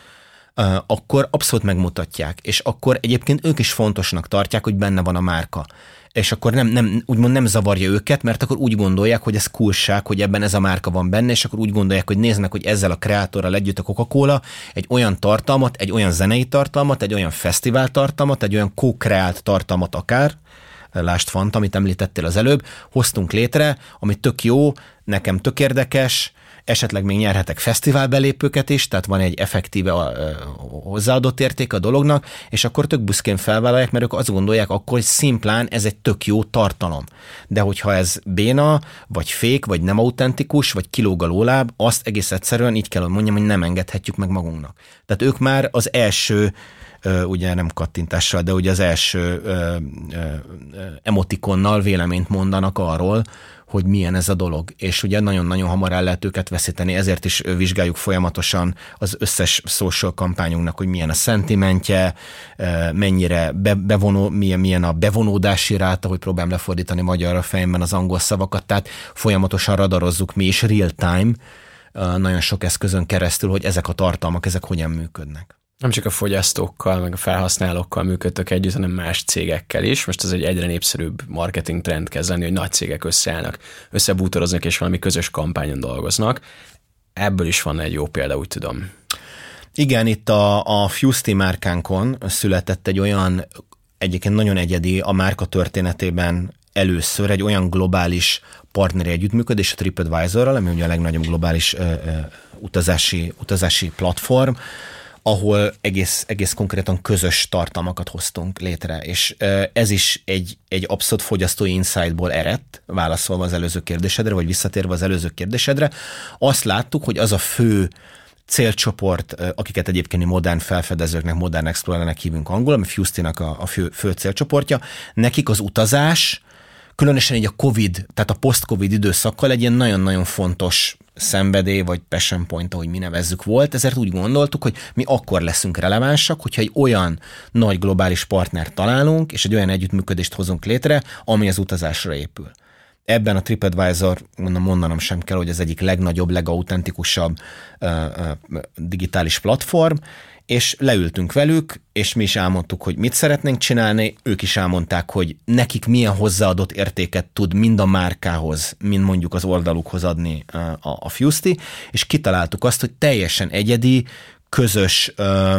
uh, akkor abszolút megmutatják. És akkor egyébként ők is fontosnak tartják, hogy benne van a márka. És akkor nem, nem, úgymond nem zavarja őket, mert akkor úgy gondolják, hogy ez coolság, hogy ebben ez a márka van benne, és akkor úgy gondolják, hogy néznek, hogy ezzel a kreátorral együtt a Coca-Cola egy olyan tartalmat, egy olyan zenei tartalmat, egy olyan fesztivál tartalmat, egy olyan co-kreált tartalmat akár, lásd Fanta, amit említettél az előbb, hoztunk létre, ami tök jó, nekem tök érdekes, esetleg még nyerhetek fesztivál belépőket is, tehát van egy effektíve hozzáadott érték a dolognak, és akkor tök büszkén felvállalják, mert ők azt gondolják akkor, hogy szimplán ez egy tök jó tartalom. De hogyha ez béna, vagy fék, vagy nem autentikus, vagy kilóg a lóláb, azt egész egyszerűen így kell, hogy mondjam, hogy nem engedhetjük meg magunknak. Tehát ők már az első ugye nem kattintással, de ugye az első ö, ö, emotikonnal véleményt mondanak arról, hogy milyen ez a dolog. És ugye nagyon-nagyon hamar el lehet őket veszíteni, ezért is vizsgáljuk folyamatosan az összes social kampányunknak, hogy milyen a szentimentje, mennyire be, bevonó, milyen, milyen a bevonódási ráta, hogy próbálom lefordítani magyarra fejemben az angol szavakat, tehát folyamatosan radarozzuk mi is real time, nagyon sok eszközön keresztül, hogy ezek a tartalmak, ezek hogyan működnek. Nem csak a fogyasztókkal, meg a felhasználókkal működtök együtt, hanem más cégekkel is. Most ez egy egyre népszerűbb marketing trend kezd lenni, hogy nagy cégek összeállnak, összebútoroznak és valami közös kampányon dolgoznak. Ebből is van egy jó példa, úgy tudom. Igen, itt a, a Fusty márkánkon született egy olyan, egyébként nagyon egyedi a márka történetében először egy olyan globális partneri együttműködés a TripAdvisorral, ami ugye a legnagyobb globális ö, ö, utazási, utazási platform, ahol egész, egész konkrétan közös tartalmakat hoztunk létre, és ez is egy, egy abszolút fogyasztói insightból eredt, válaszolva az előző kérdésedre, vagy visszatérve az előző kérdésedre. Azt láttuk, hogy az a fő célcsoport, akiket egyébként modern felfedezőknek, modern explorernek hívunk angolul, ami Fusty-nak a, a fő, fő célcsoportja, nekik az utazás, különösen így a Covid, tehát a post-Covid időszakkal egy ilyen nagyon-nagyon fontos szenvedély, vagy passion point, ahogy mi nevezzük volt, ezért úgy gondoltuk, hogy mi akkor leszünk relevánsak, hogyha egy olyan nagy globális partnert találunk, és egy olyan együttműködést hozunk létre, ami az utazásra épül. Ebben a TripAdvisor, mondom, mondanom sem kell, hogy az egyik legnagyobb, legautentikusabb uh, uh, digitális platform, és leültünk velük, és mi is elmondtuk, hogy mit szeretnénk csinálni, ők is elmondták, hogy nekik milyen hozzáadott értéket tud mind a márkához, mind mondjuk az oldalukhoz adni a, a Fusty, és kitaláltuk azt, hogy teljesen egyedi, közös,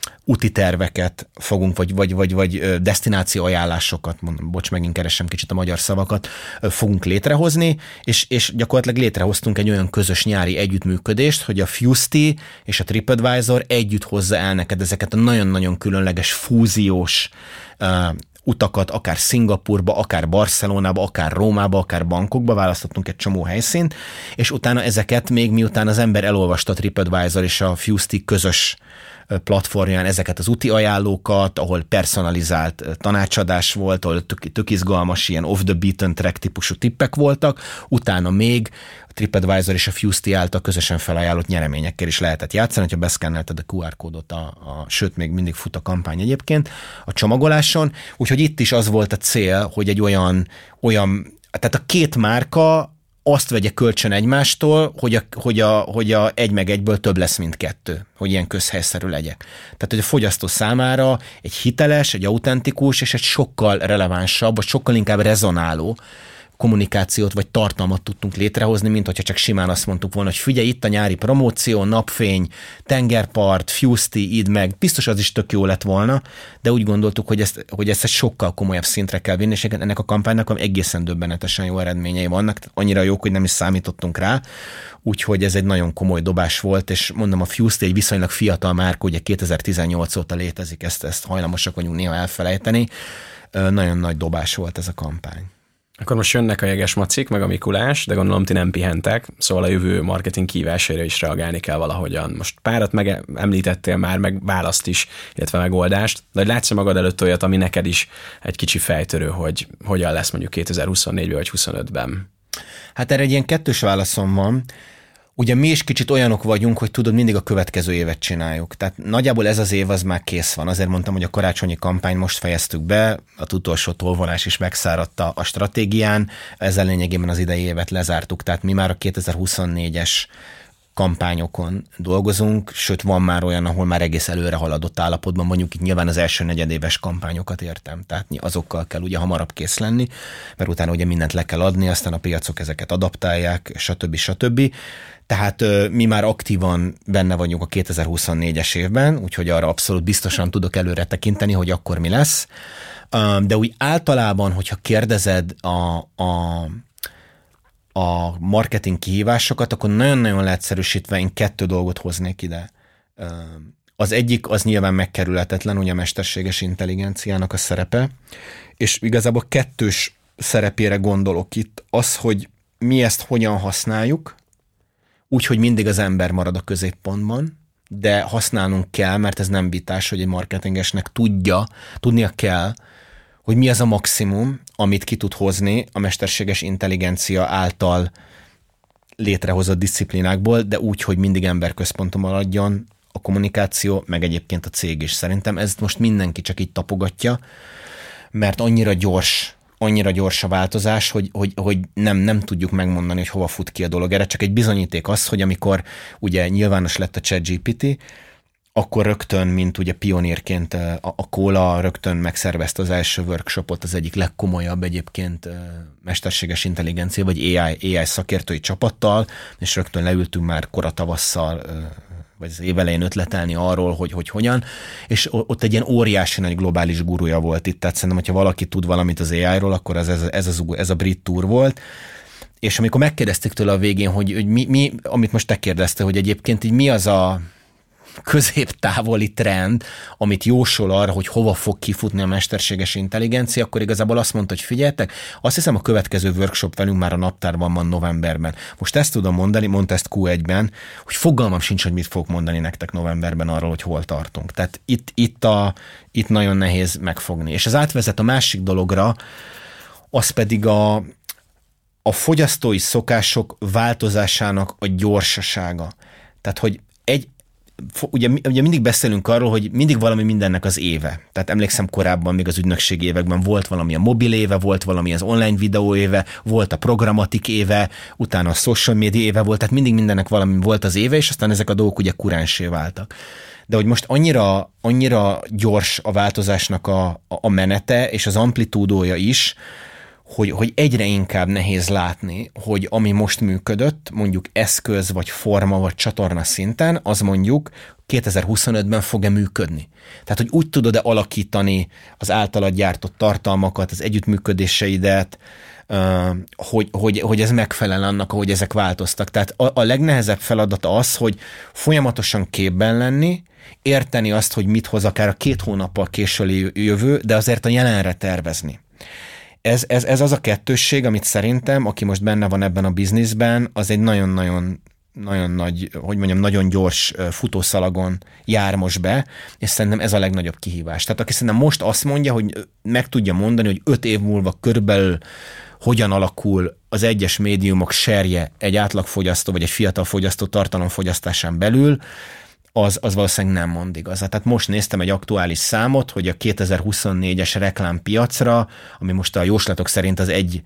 úti terveket fogunk, vagy, vagy, vagy, vagy desztináció ajánlásokat, mondom, bocs, megint keresem kicsit a magyar szavakat, fogunk létrehozni, és, és gyakorlatilag létrehoztunk egy olyan közös nyári együttműködést, hogy a Fusty és a TripAdvisor együtt hozza el neked ezeket a nagyon-nagyon különleges fúziós uh, utakat, akár Szingapurba, akár Barcelonába, akár Rómába, akár Bangkokba, választottunk egy csomó helyszínt, és utána ezeket még miután az ember elolvasta a TripAdvisor és a Fusty közös platformján ezeket az úti ajánlókat, ahol personalizált tanácsadás volt, ahol tök, tök izgalmas ilyen off the beaten track típusú tippek voltak, utána még a TripAdvisor és a Fusty által közösen felajánlott nyereményekkel is lehetett játszani, hogyha beszkennelted a kú er kódot, a, a, sőt, még mindig fut a kampány egyébként a csomagoláson, úgyhogy itt is az volt a cél, hogy egy olyan, olyan tehát a két márka azt vegye kölcsön egymástól, hogy a, hogy, a, hogy a egy meg egyből több lesz, mint kettő, hogy ilyen közhelyszerű legyek. Tehát, hogy a fogyasztó számára egy hiteles, egy autentikus és egy sokkal relevánsabb, vagy sokkal inkább rezonáló kommunikációt vagy tartalmat tudtunk létrehozni, mint hogyha csak simán azt mondtuk volna, hogy figyelj, itt a nyári promóció, napfény, tengerpart, Fusty, idd meg, biztos az is tök jó lett volna, de úgy gondoltuk, hogy ezt, hogy ezt egy sokkal komolyabb szintre kell vinni, és ennek a kampánynak egészen döbbenetesen jó eredményei vannak, annyira jók, hogy nem is számítottunk rá, úgyhogy ez egy nagyon komoly dobás volt, és mondom, a Fusty egy viszonylag fiatal márka, ugye kétezer-tizennyolc óta létezik, ezt, ezt hajlamosak vagyunk néha elfelejteni, nagyon nagy dobás volt ez a kampány. Akkor most jönnek a jegesmacik, meg a Mikulás, de gondolom ti nem pihentek, szóval a jövő marketing kihívásaira is reagálni kell valahogyan. Most párat meg említettél már, meg választ is, illetve megoldást, de látsz magad előtt olyat, ami neked is egy kicsi fejtörő, hogy hogyan lesz mondjuk kétezer-huszonnégyben vagy huszonötben? Hát erre egy ilyen kettős válaszom van. Ugye mi is kicsit olyanok vagyunk, hogy tudod, mindig a következő évet csináljuk. Tehát nagyjából ez az év az már kész van. Azért mondtam, hogy a karácsonyi kampány most fejeztük be, a utolsó tolvonás is megszáradt a stratégián, ezzel lényegében az idei évet lezártuk. Tehát mi már a kétezer-huszonnégyes kampányokon dolgozunk, sőt van már olyan, ahol már egész előre haladott állapotban, mondjuk itt nyilván az első negyedéves kampányokat értem, tehát azokkal kell ugye hamarabb kész lenni, mert utána ugye mindent le kell adni, aztán a piacok ezeket adaptálják, stb. stb. Tehát mi már aktívan benne vagyunk a kétezer-huszonnégyes évben, úgyhogy arra abszolút biztosan tudok előre tekinteni, hogy akkor mi lesz. De úgy általában, hogyha kérdezed a, a, a marketing kihívásokat, akkor nagyon-nagyon leegyszerűsítve én kettő dolgot hoznék ide. Az egyik az nyilván megkerülhetetlen, ugye a mesterséges intelligenciának a szerepe, és igazából kettős szerepére gondolok itt. Az, hogy mi ezt hogyan használjuk, úgyhogy mindig az ember marad a középpontban, de használnunk kell, mert ez nem vitás, hogy egy marketingesnek tudja, tudnia kell, hogy mi az a maximum, amit ki tud hozni a mesterséges intelligencia által létrehozott disziplinákból, de úgy, hogy mindig emberközponton maradjon a kommunikáció, meg egyébként a cég is. Szerintem ezt most mindenki csak így tapogatja, mert annyira gyors, annyira gyors a változás, hogy, hogy, hogy nem, nem tudjuk megmondani, hogy hova fut ki a dolog. Erre csak egy bizonyíték az, hogy amikor ugye nyilvános lett a ChatGPT, akkor rögtön, mint ugye pionírként a, a Kóla rögtön megszervezte az első workshopot, az egyik legkomolyabb egyébként mesterséges intelligencia, vagy á i, á i szakértői csapattal, és rögtön leültünk már koratavasszal, vagy az évelején ötletelni arról, hogy, hogy hogyan, és ott egy ilyen óriási nagy globális gurúja volt itt, tehát szerintem, hogyha valaki tud valamit az á i-ról, akkor ez, ez, ez, az, ez a brit túr volt, és amikor megkérdezték tőle a végén, hogy, hogy mi, mi, amit most te kérdezte, hogy egyébként így mi az a középtávoli trend, amit jósol arra, hogy hova fog kifutni a mesterséges intelligencia, akkor igazából azt mondta, hogy figyeljetek, azt hiszem a következő workshop velünk már a naptárban van novemberben. Most ezt tudom mondani, mondta ezt kú egyben, hogy fogalmam sincs, hogy mit fogok mondani nektek novemberben arról, hogy hol tartunk. Tehát itt, itt, a, itt nagyon nehéz megfogni. És ez átvezet a másik dologra, az pedig a, a fogyasztói szokások változásának a gyorsasága. Tehát, hogy egy Ugye, ugye mindig beszélünk arról, hogy mindig valami mindennek az éve. Tehát emlékszem korábban, még az ügynökség években volt valami a mobil éve, volt valami az online videó éve, volt a programatik éve, utána a social media éve volt, tehát mindig mindennek valami volt az éve, és aztán ezek a dolgok ugye kuránsé váltak. De hogy most annyira, annyira gyors a változásnak a, a menete, és az amplitúdója is, hogy, hogy egyre inkább nehéz látni, hogy ami most működött, mondjuk eszköz, vagy forma, vagy csatorna szinten, az mondjuk kétezer-huszonötben fog-e működni. Tehát, hogy úgy tudod-e alakítani az általad gyártott tartalmakat, az együttműködéseidet, hogy, hogy, hogy ez megfelel annak, ahogy ezek változtak. Tehát a, a legnehezebb feladata az, hogy folyamatosan képben lenni, érteni azt, hogy mit hoz akár a két hónappal késői jövő, de azért a jelenre tervezni. Ez, ez, ez az a kettősség, amit szerintem, aki most benne van ebben a bizniszben, az egy nagyon-nagyon nagyon nagy, hogy mondjam, nagyon gyors futószalagon jár most be, és szerintem ez a legnagyobb kihívás. Tehát aki szerintem most azt mondja, hogy meg tudja mondani, hogy öt év múlva körülbelül hogyan alakul az egyes médiumok serje egy átlagfogyasztó, vagy egy fiatal fogyasztó tartalomfogyasztásán belül, az, az valószínűleg nem mond igazat. Tehát most néztem egy aktuális számot, hogy a kétezer-huszonnégyes reklámpiacra, ami most a jóslatok szerint az egy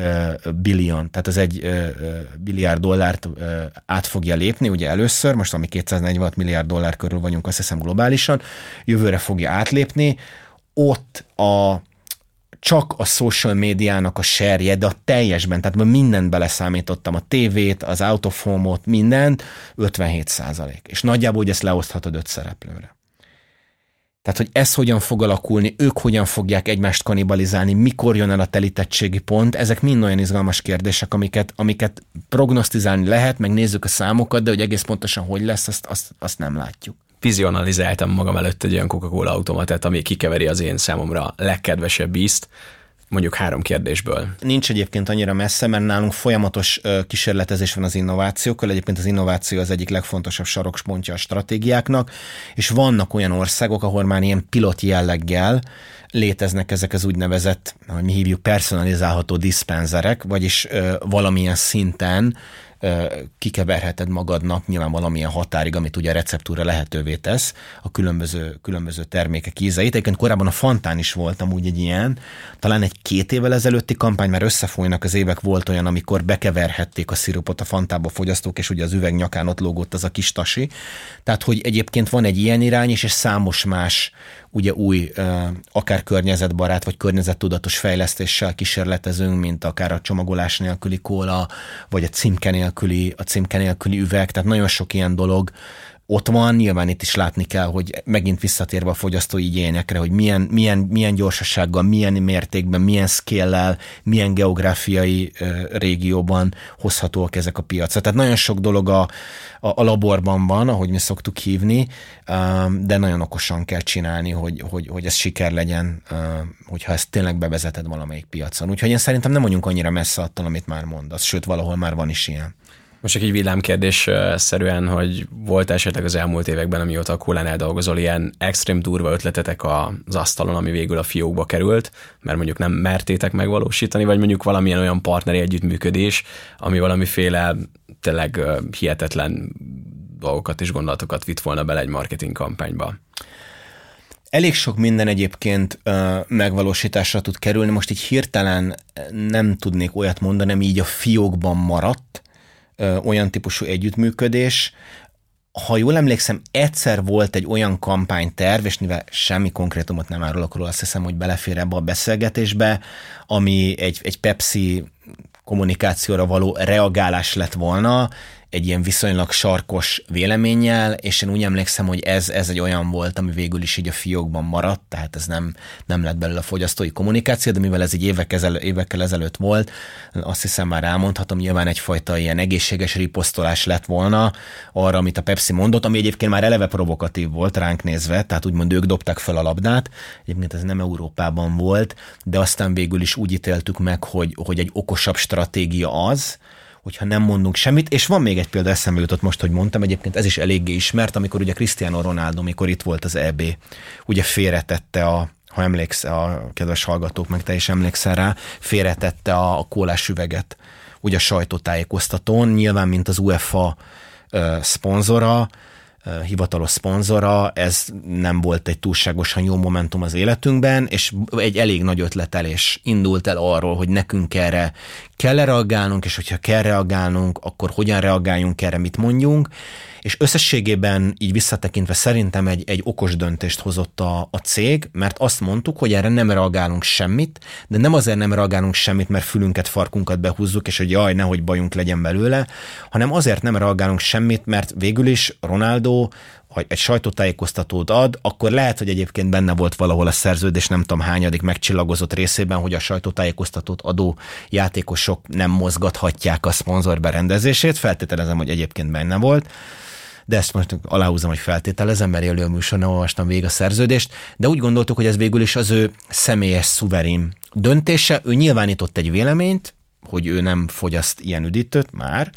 billion, tehát az egy billiárd dollárt át fogja lépni, ugye először, most ami kétszáznegyvenhat milliárd dollár körül vagyunk, azt hiszem globálisan, jövőre fogja átlépni, ott a csak a social médiának a serje, de a teljesben, tehát mindent beleszámítottam, a tévét, az out of home-ot, mindent, ötvenhét százalék. És nagyjából, hogy ezt leoszthatod öt szereplőre. Tehát, hogy ez hogyan fog alakulni, ők hogyan fogják egymást kanibalizálni, mikor jön el a telítettségi pont, ezek mind olyan izgalmas kérdések, amiket, amiket prognosztizálni lehet, meg nézzük a számokat, de hogy egész pontosan hogy lesz, azt, azt, azt nem látjuk. Vizionalizáltam magam előtt egy olyan Coca-Cola automatát, ami kikeveri az én számomra legkedvesebb ízt, mondjuk három kérdésből. Nincs egyébként annyira messze, mert nálunk folyamatos kísérletezés van az innovációkkal. Egyébként az innováció az egyik legfontosabb sarokpontja a stratégiáknak, és vannak olyan országok, ahol már ilyen pilot jelleggel léteznek ezek az úgynevezett, ahogy mi hívjuk, personalizálható diszpenzerek, vagyis valamilyen szinten kikeverheted magadnak nyilván valamilyen határig, amit ugye a receptúra lehetővé tesz, a különböző, különböző termékek ízeit. Egyébként korábban a Fantán is volt amúgy egy ilyen, talán egy két évvel ezelőtti kampány, mert összefolynak az évek, volt olyan, amikor bekeverhették a szirupot a Fantába a fogyasztók, és ugye az üveg nyakán ott lógott az a kis tasi. Tehát, hogy egyébként van egy ilyen irány is, és számos más ugye új, akár környezetbarát, vagy környezettudatos fejlesztéssel kísérletezünk, mint akár a csomagolás nélküli kóla, vagy a címke nélküli, a címke nélküli üveg, tehát nagyon sok ilyen dolog ott van, nyilván itt is látni kell, hogy megint visszatérve a fogyasztói igényekre, hogy milyen, milyen, milyen gyorsasággal, milyen mértékben, milyen scale-lel, milyen geográfiai uh, régióban hozhatóak ezek a piacra. Tehát nagyon sok dolog a, a, a laborban van, ahogy mi szoktuk hívni, um, de nagyon okosan kell csinálni, hogy, hogy, hogy ez siker legyen, uh, hogyha ezt tényleg bevezeted valamelyik piacon. Úgyhogy én szerintem nem vagyunk annyira messze attól, amit már mondasz, sőt, valahol már van is ilyen. Most csak így villámkérdés szerűen, hogy volt esetleg az elmúlt években, amióta a Kólánál dolgozol, ilyen extrém durva ötletetek az asztalon, ami végül a fiókba került, mert mondjuk nem mertétek megvalósítani, vagy mondjuk valamilyen olyan partneri együttműködés, ami valamiféle tényleg hihetetlen dolgokat és gondolatokat vitt volna bele egy marketing kampányba. Elég sok minden egyébként uh, megvalósításra tud kerülni. Most így hirtelen nem tudnék olyat mondani, ami így a fiókban maradt, olyan típusú együttműködés. Ha jól emlékszem, egyszer volt egy olyan kampányterv, és mivel semmi konkrétumot nem árulok róla, azt hiszem, hogy belefér ebbe a beszélgetésbe, ami egy, egy Pepsi kommunikációra való reagálás lett volna, egy ilyen viszonylag sarkos véleménnyel, és én úgy emlékszem, hogy ez, ez egy olyan volt, ami végül is így a fiókban maradt, tehát ez nem, nem lett belőle a fogyasztói kommunikáció, de mivel ez egy évek ezel, évekkel ezelőtt volt, azt hiszem már elmondhatom, nyilván egyfajta ilyen egészséges riposztolás lett volna arra, amit a Pepsi mondott, ami egyébként már eleve provokatív volt ránk nézve, tehát úgymond ők dobták fel a labdát, egyébként ez nem Európában volt, de aztán végül is úgy ítéltük meg, hogy, hogy egy okosabb stratégia az, hogyha nem mondunk semmit, és van még egy példa, eszembe jutott most, hogy mondtam, egyébként ez is eléggé ismert, amikor ugye Cristiano Ronaldo, amikor itt volt az é bé, ugye félretette a, ha emléksz, a kedves hallgatók, meg te is emlékszel rá, félretette a, a kólás üveget, ugye a sajtótájékoztatón, nyilván, mint az u ef á uh, szponzora, uh, hivatalos szponzora, ez nem volt egy túlságosan jó momentum az életünkben, és egy elég nagy ötletelés indult el arról, hogy nekünk erre kell reagálnunk, és hogyha kell reagálnunk, akkor hogyan reagáljunk erre, mit mondjunk, és összességében így visszatekintve szerintem egy, egy okos döntést hozott a, a cég, mert azt mondtuk, hogy erre nem reagálunk semmit, de nem azért nem reagálunk semmit, mert fülünket, farkunkat behúzzuk, és hogy jaj, nehogy bajunk legyen belőle, hanem azért nem reagálunk semmit, mert végül is Ronaldo, ha egy sajtótájékoztatót ad, akkor lehet, hogy egyébként benne volt valahol a szerződés, nem tudom hányadik megcsillagozott részében, hogy a sajtótájékoztatót adó játékosok nem mozgathatják a szponzor berendezését, feltételezem, hogy egyébként benne volt, de ezt most aláhúzom, hogy feltételezem, mert élő műsor, nem olvastam végig a szerződést, de úgy gondoltuk, hogy ez végül is az ő személyes, szuverén döntése. Ő nyilvánított egy véleményt, hogy ő nem fogyaszt ilyen üdítőt már,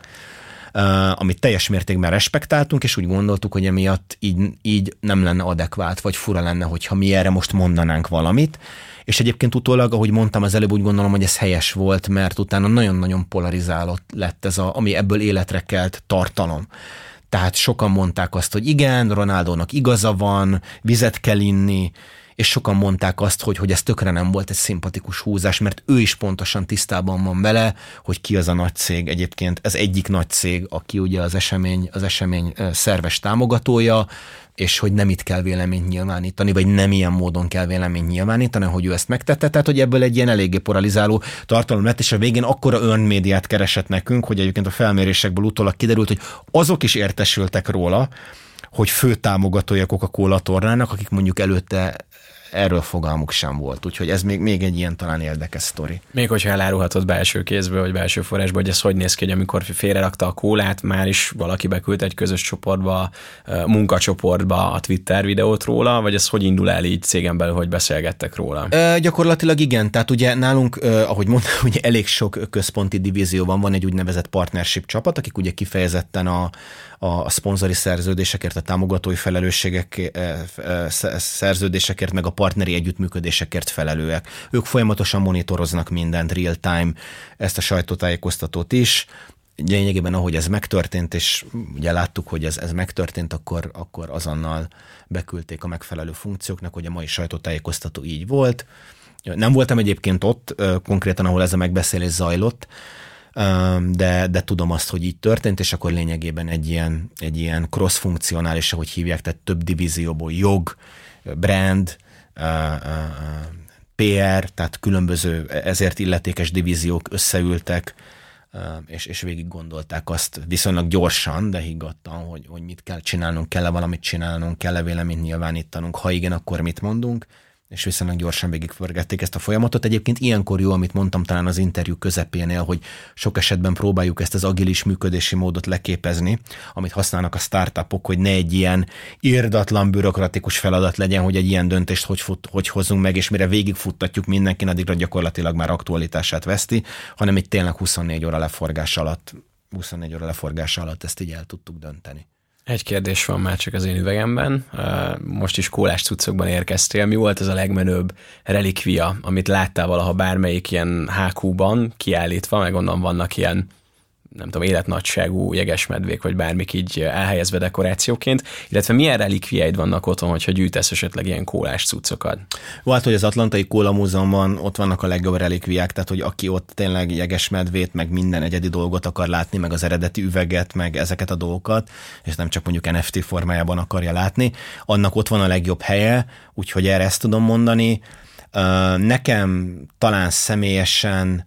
Uh, amit teljes mértékben respektáltunk, és úgy gondoltuk, hogy emiatt így, így nem lenne adekvát, vagy fura lenne, hogyha mi erre most mondanánk valamit. És egyébként utólag, ahogy mondtam az előbb, úgy gondolom, hogy ez helyes volt, mert utána nagyon-nagyon polarizálott lett ez, a, ami ebből életre kelt tartalom. Tehát sokan mondták azt, hogy igen, Ronaldónak igaza van, vizet kell inni, és sokan mondták azt, hogy, hogy ez tökre nem volt egy szimpatikus húzás, mert ő is pontosan tisztában van vele, hogy ki az a nagy cég. Egyébként ez egyik nagy cég, aki ugye az esemény, az esemény szerves támogatója, és hogy nem itt kell véleményt nyilvánítani, vagy nem ilyen módon kell véleményt nyilvánítani, hogy ő ezt megtette, tehát hogy ebből egy ilyen eléggé polarizáló tartalom lett, és a végén akkora önmédiát keresett nekünk, hogy egyébként a felmérésekből utólag kiderült, hogy azok is értesültek róla, hogy fő támogatója Coca-Cola tornának, akik mondjuk előtte erről fogalmuk sem volt. Úgyhogy ez még, még egy ilyen talán érdekes sztori. Még hogyha elárulhatod belső kézből, vagy belső forrásból, hogy ez hogy néz ki, hogy amikor félrerakta a kólát, már is valaki beküldte egy közös csoportba, munkacsoportba a Twitter videót róla, vagy ez hogy indul el így cégen belül, hogy beszélgettek róla? E, gyakorlatilag igen, tehát ugye nálunk, eh, ahogy mondtam, ugye elég sok központi divízió van, van egy úgynevezett partnership csapat, akik ugye kifejezetten a a szponzori szerződésekért, a támogatói felelősségek, szerződésekért, meg a partneri együttműködésekért felelőek. Ők folyamatosan monitoroznak mindent, real time, ezt a sajtótájékoztatót is. Lényegében, ahogy ez megtörtént, és ugye láttuk, hogy ez, ez megtörtént, akkor, akkor azonnal beküldték a megfelelő funkcióknak, hogy a mai sajtótájékoztató így volt. Nem voltam egyébként ott, konkrétan, ahol ez a megbeszélés zajlott, De, de tudom azt, hogy így történt, és akkor lényegében egy ilyen, egy ilyen cross-funkcionális, ahogy hívják, tehát több divízióból jog, brand, pé er, tehát különböző ezért illetékes divíziók összeültek, és, és végig gondolták azt viszonylag gyorsan, de higgadtan, hogy, hogy mit kell csinálnunk, kell-e valamit csinálnunk, kell-e véleményt nyilvánítanunk, ha igen, akkor mit mondunk, és viszonylag gyorsan végigforgatték ezt a folyamatot. Egyébként ilyenkor jó, amit mondtam talán az interjú közepénél, hogy sok esetben próbáljuk ezt az agilis működési módot leképezni, amit használnak a startupok, hogy ne egy ilyen irdatlan bürokratikus feladat legyen, hogy egy ilyen döntést hogy, fut, hogy hozzunk meg, és mire végigfuttatjuk mindenkin, addigra gyakorlatilag már aktualitását veszti, hanem itt tényleg huszonnégy óra leforgás alatt, huszonnégy óra leforgás alatt ezt így el tudtuk dönteni. Egy kérdés van már csak az én üvegemben. Most is kólás cuccokban érkeztél. Mi volt ez a legmenőbb relikvia, amit láttál valaha bármelyik ilyen há kúban kiállítva, meg onnan vannak ilyen, nem tudom, életnagyságú jegesmedvék, vagy bármik így elhelyezve dekorációként, illetve milyen relikviáid vannak otthon, hogyha gyűjtesz esetleg ilyen kólás cuccokat? Volt, hogy az Atlantai Kóla Múzeumban ott vannak a legjobb relikviák, tehát hogy aki ott tényleg jegesmedvét, meg minden egyedi dolgot akar látni, meg az eredeti üveget, meg ezeket a dolgokat, és nem csak mondjuk en ef té formájában akarja látni, annak ott van a legjobb helye, úgyhogy erre ezt tudom mondani. Nekem talán személyesen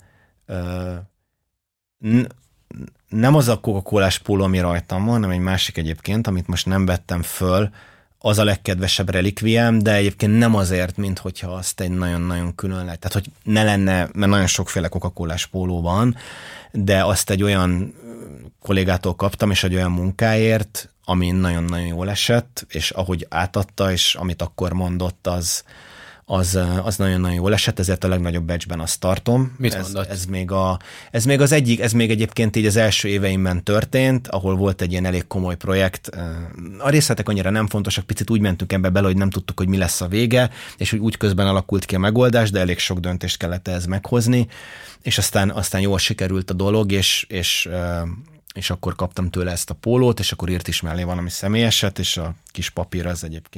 nem az a Coca-Colás póló, ami rajtam van, hanem egy másik egyébként, amit most nem vettem föl, az a legkedvesebb relikviám, de egyébként nem azért, mint hogyha azt egy nagyon-nagyon különleges, tehát hogy ne lenne, mert nagyon sokféle Coca-Colás póló van, de azt egy olyan kollégától kaptam, és egy olyan munkáért, ami nagyon-nagyon jól esett, és ahogy átadta, és amit akkor mondott, az az, az nagyon-nagyon jól esett, ezért a legnagyobb batchben azt tartom. Mit ez, mondott? Ez még, a, ez még az egyik, ez még egyébként így az első éveimben történt, ahol volt egy ilyen elég komoly projekt. A részletek annyira nem fontosak, picit úgy mentünk ebbe bele, hogy nem tudtuk, hogy mi lesz a vége, és úgy, úgy közben alakult ki a megoldás, de elég sok döntést kellett ehhez meghozni, és aztán, aztán jól sikerült a dolog, és, és, és akkor kaptam tőle ezt a pólót, és akkor írt is mellé valami személyeset, és a kis papír az egyébként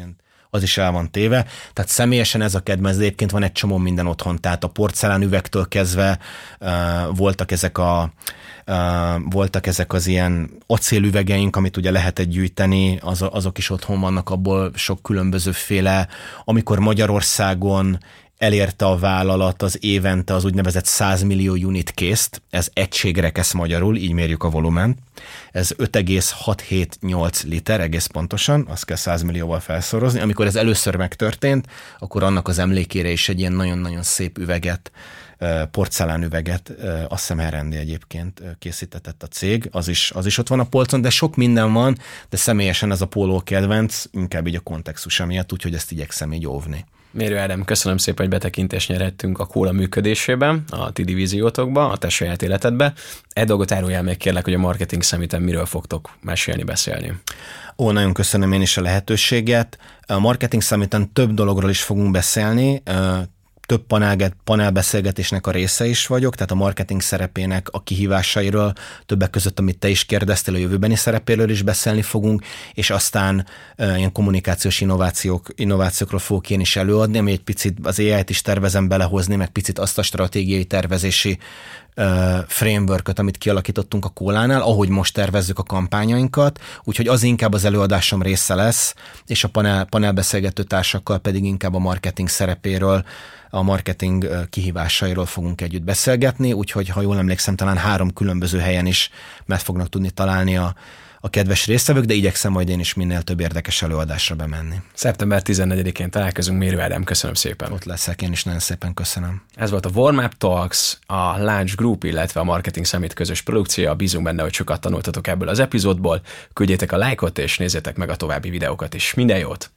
az is el van téve. Tehát személyesen ez a kedvenc, de egyébként van egy csomó minden otthon, tehát a porcelán üvegtől kezdve uh, voltak ezek a Uh, voltak ezek az ilyen acélüvegeink, amit ugye lehetett gyűjteni, az, azok is otthon vannak, abból sok különbözőféle. Amikor Magyarországon elérte a vállalat az évente az úgynevezett száz millió unit case-t, ez egységrekesz magyarul, így mérjük a volument. Ez öt egész hatszázhetvennyolc liter, egész pontosan, azt kell száz millióval felszorozni. Amikor ez először megtörtént, akkor annak az emlékére is egy ilyen nagyon-nagyon szép üveget, porcelánüveget, azt hiszem Herrendi egyébként készítetett a cég, az is, az is ott van a polcon, de sok minden van, de személyesen ez a póló kedvenc, inkább így a kontextusa miatt, úgyhogy ezt igyekszem így óvni. Mérő Ádám, köszönöm szépen, hogy betekintést nyerhettünk a Kóla működésében, a ti divíziótokba, a te saját életedbe. Egy dolgot áruljál meg kérlek, hogy a Marketing Summiten miről fogtok mesélni, beszélni. Ó, nagyon köszönöm én is a lehetőséget. A Marketing Summiten több dologról is fogunk beszélni, több panel, panelbeszélgetésnek a része is vagyok, tehát a marketing szerepének a kihívásairól, többek között, amit te is kérdeztél, a jövőbeni szerepéről is beszélni fogunk, és aztán e, ilyen kommunikációs innovációk, innovációkról fogok én is előadni, ami egy picit az á í-t is tervezem belehozni, meg picit azt a stratégiai tervezési e, frameworköt, amit kialakítottunk a Kólánál, ahogy most tervezzük a kampányainkat, úgyhogy az inkább az előadásom része lesz, és a panel, panelbeszélgető társakkal pedig inkább a marketing szerepéről, a marketing kihívásairól fogunk együtt beszélgetni, úgyhogy ha jól emlékszem, talán három különböző helyen is meg fognak tudni találni a, a kedves résztvevők, de igyekszem majd én is minél több érdekes előadásra bemenni. szeptember tizennegyedikén találkozunk, Mérő Ádám, köszönöm szépen. Ott leszek, én is nagyon szépen köszönöm. Ez volt a Warm Up Talks, a Launch Group, illetve a Marketing Summit közös produkciója. Bízunk benne, hogy sokat tanultatok ebből az epizódból. Küldjétek a lájkot, és nézzétek meg a további videókat is. Minden jót!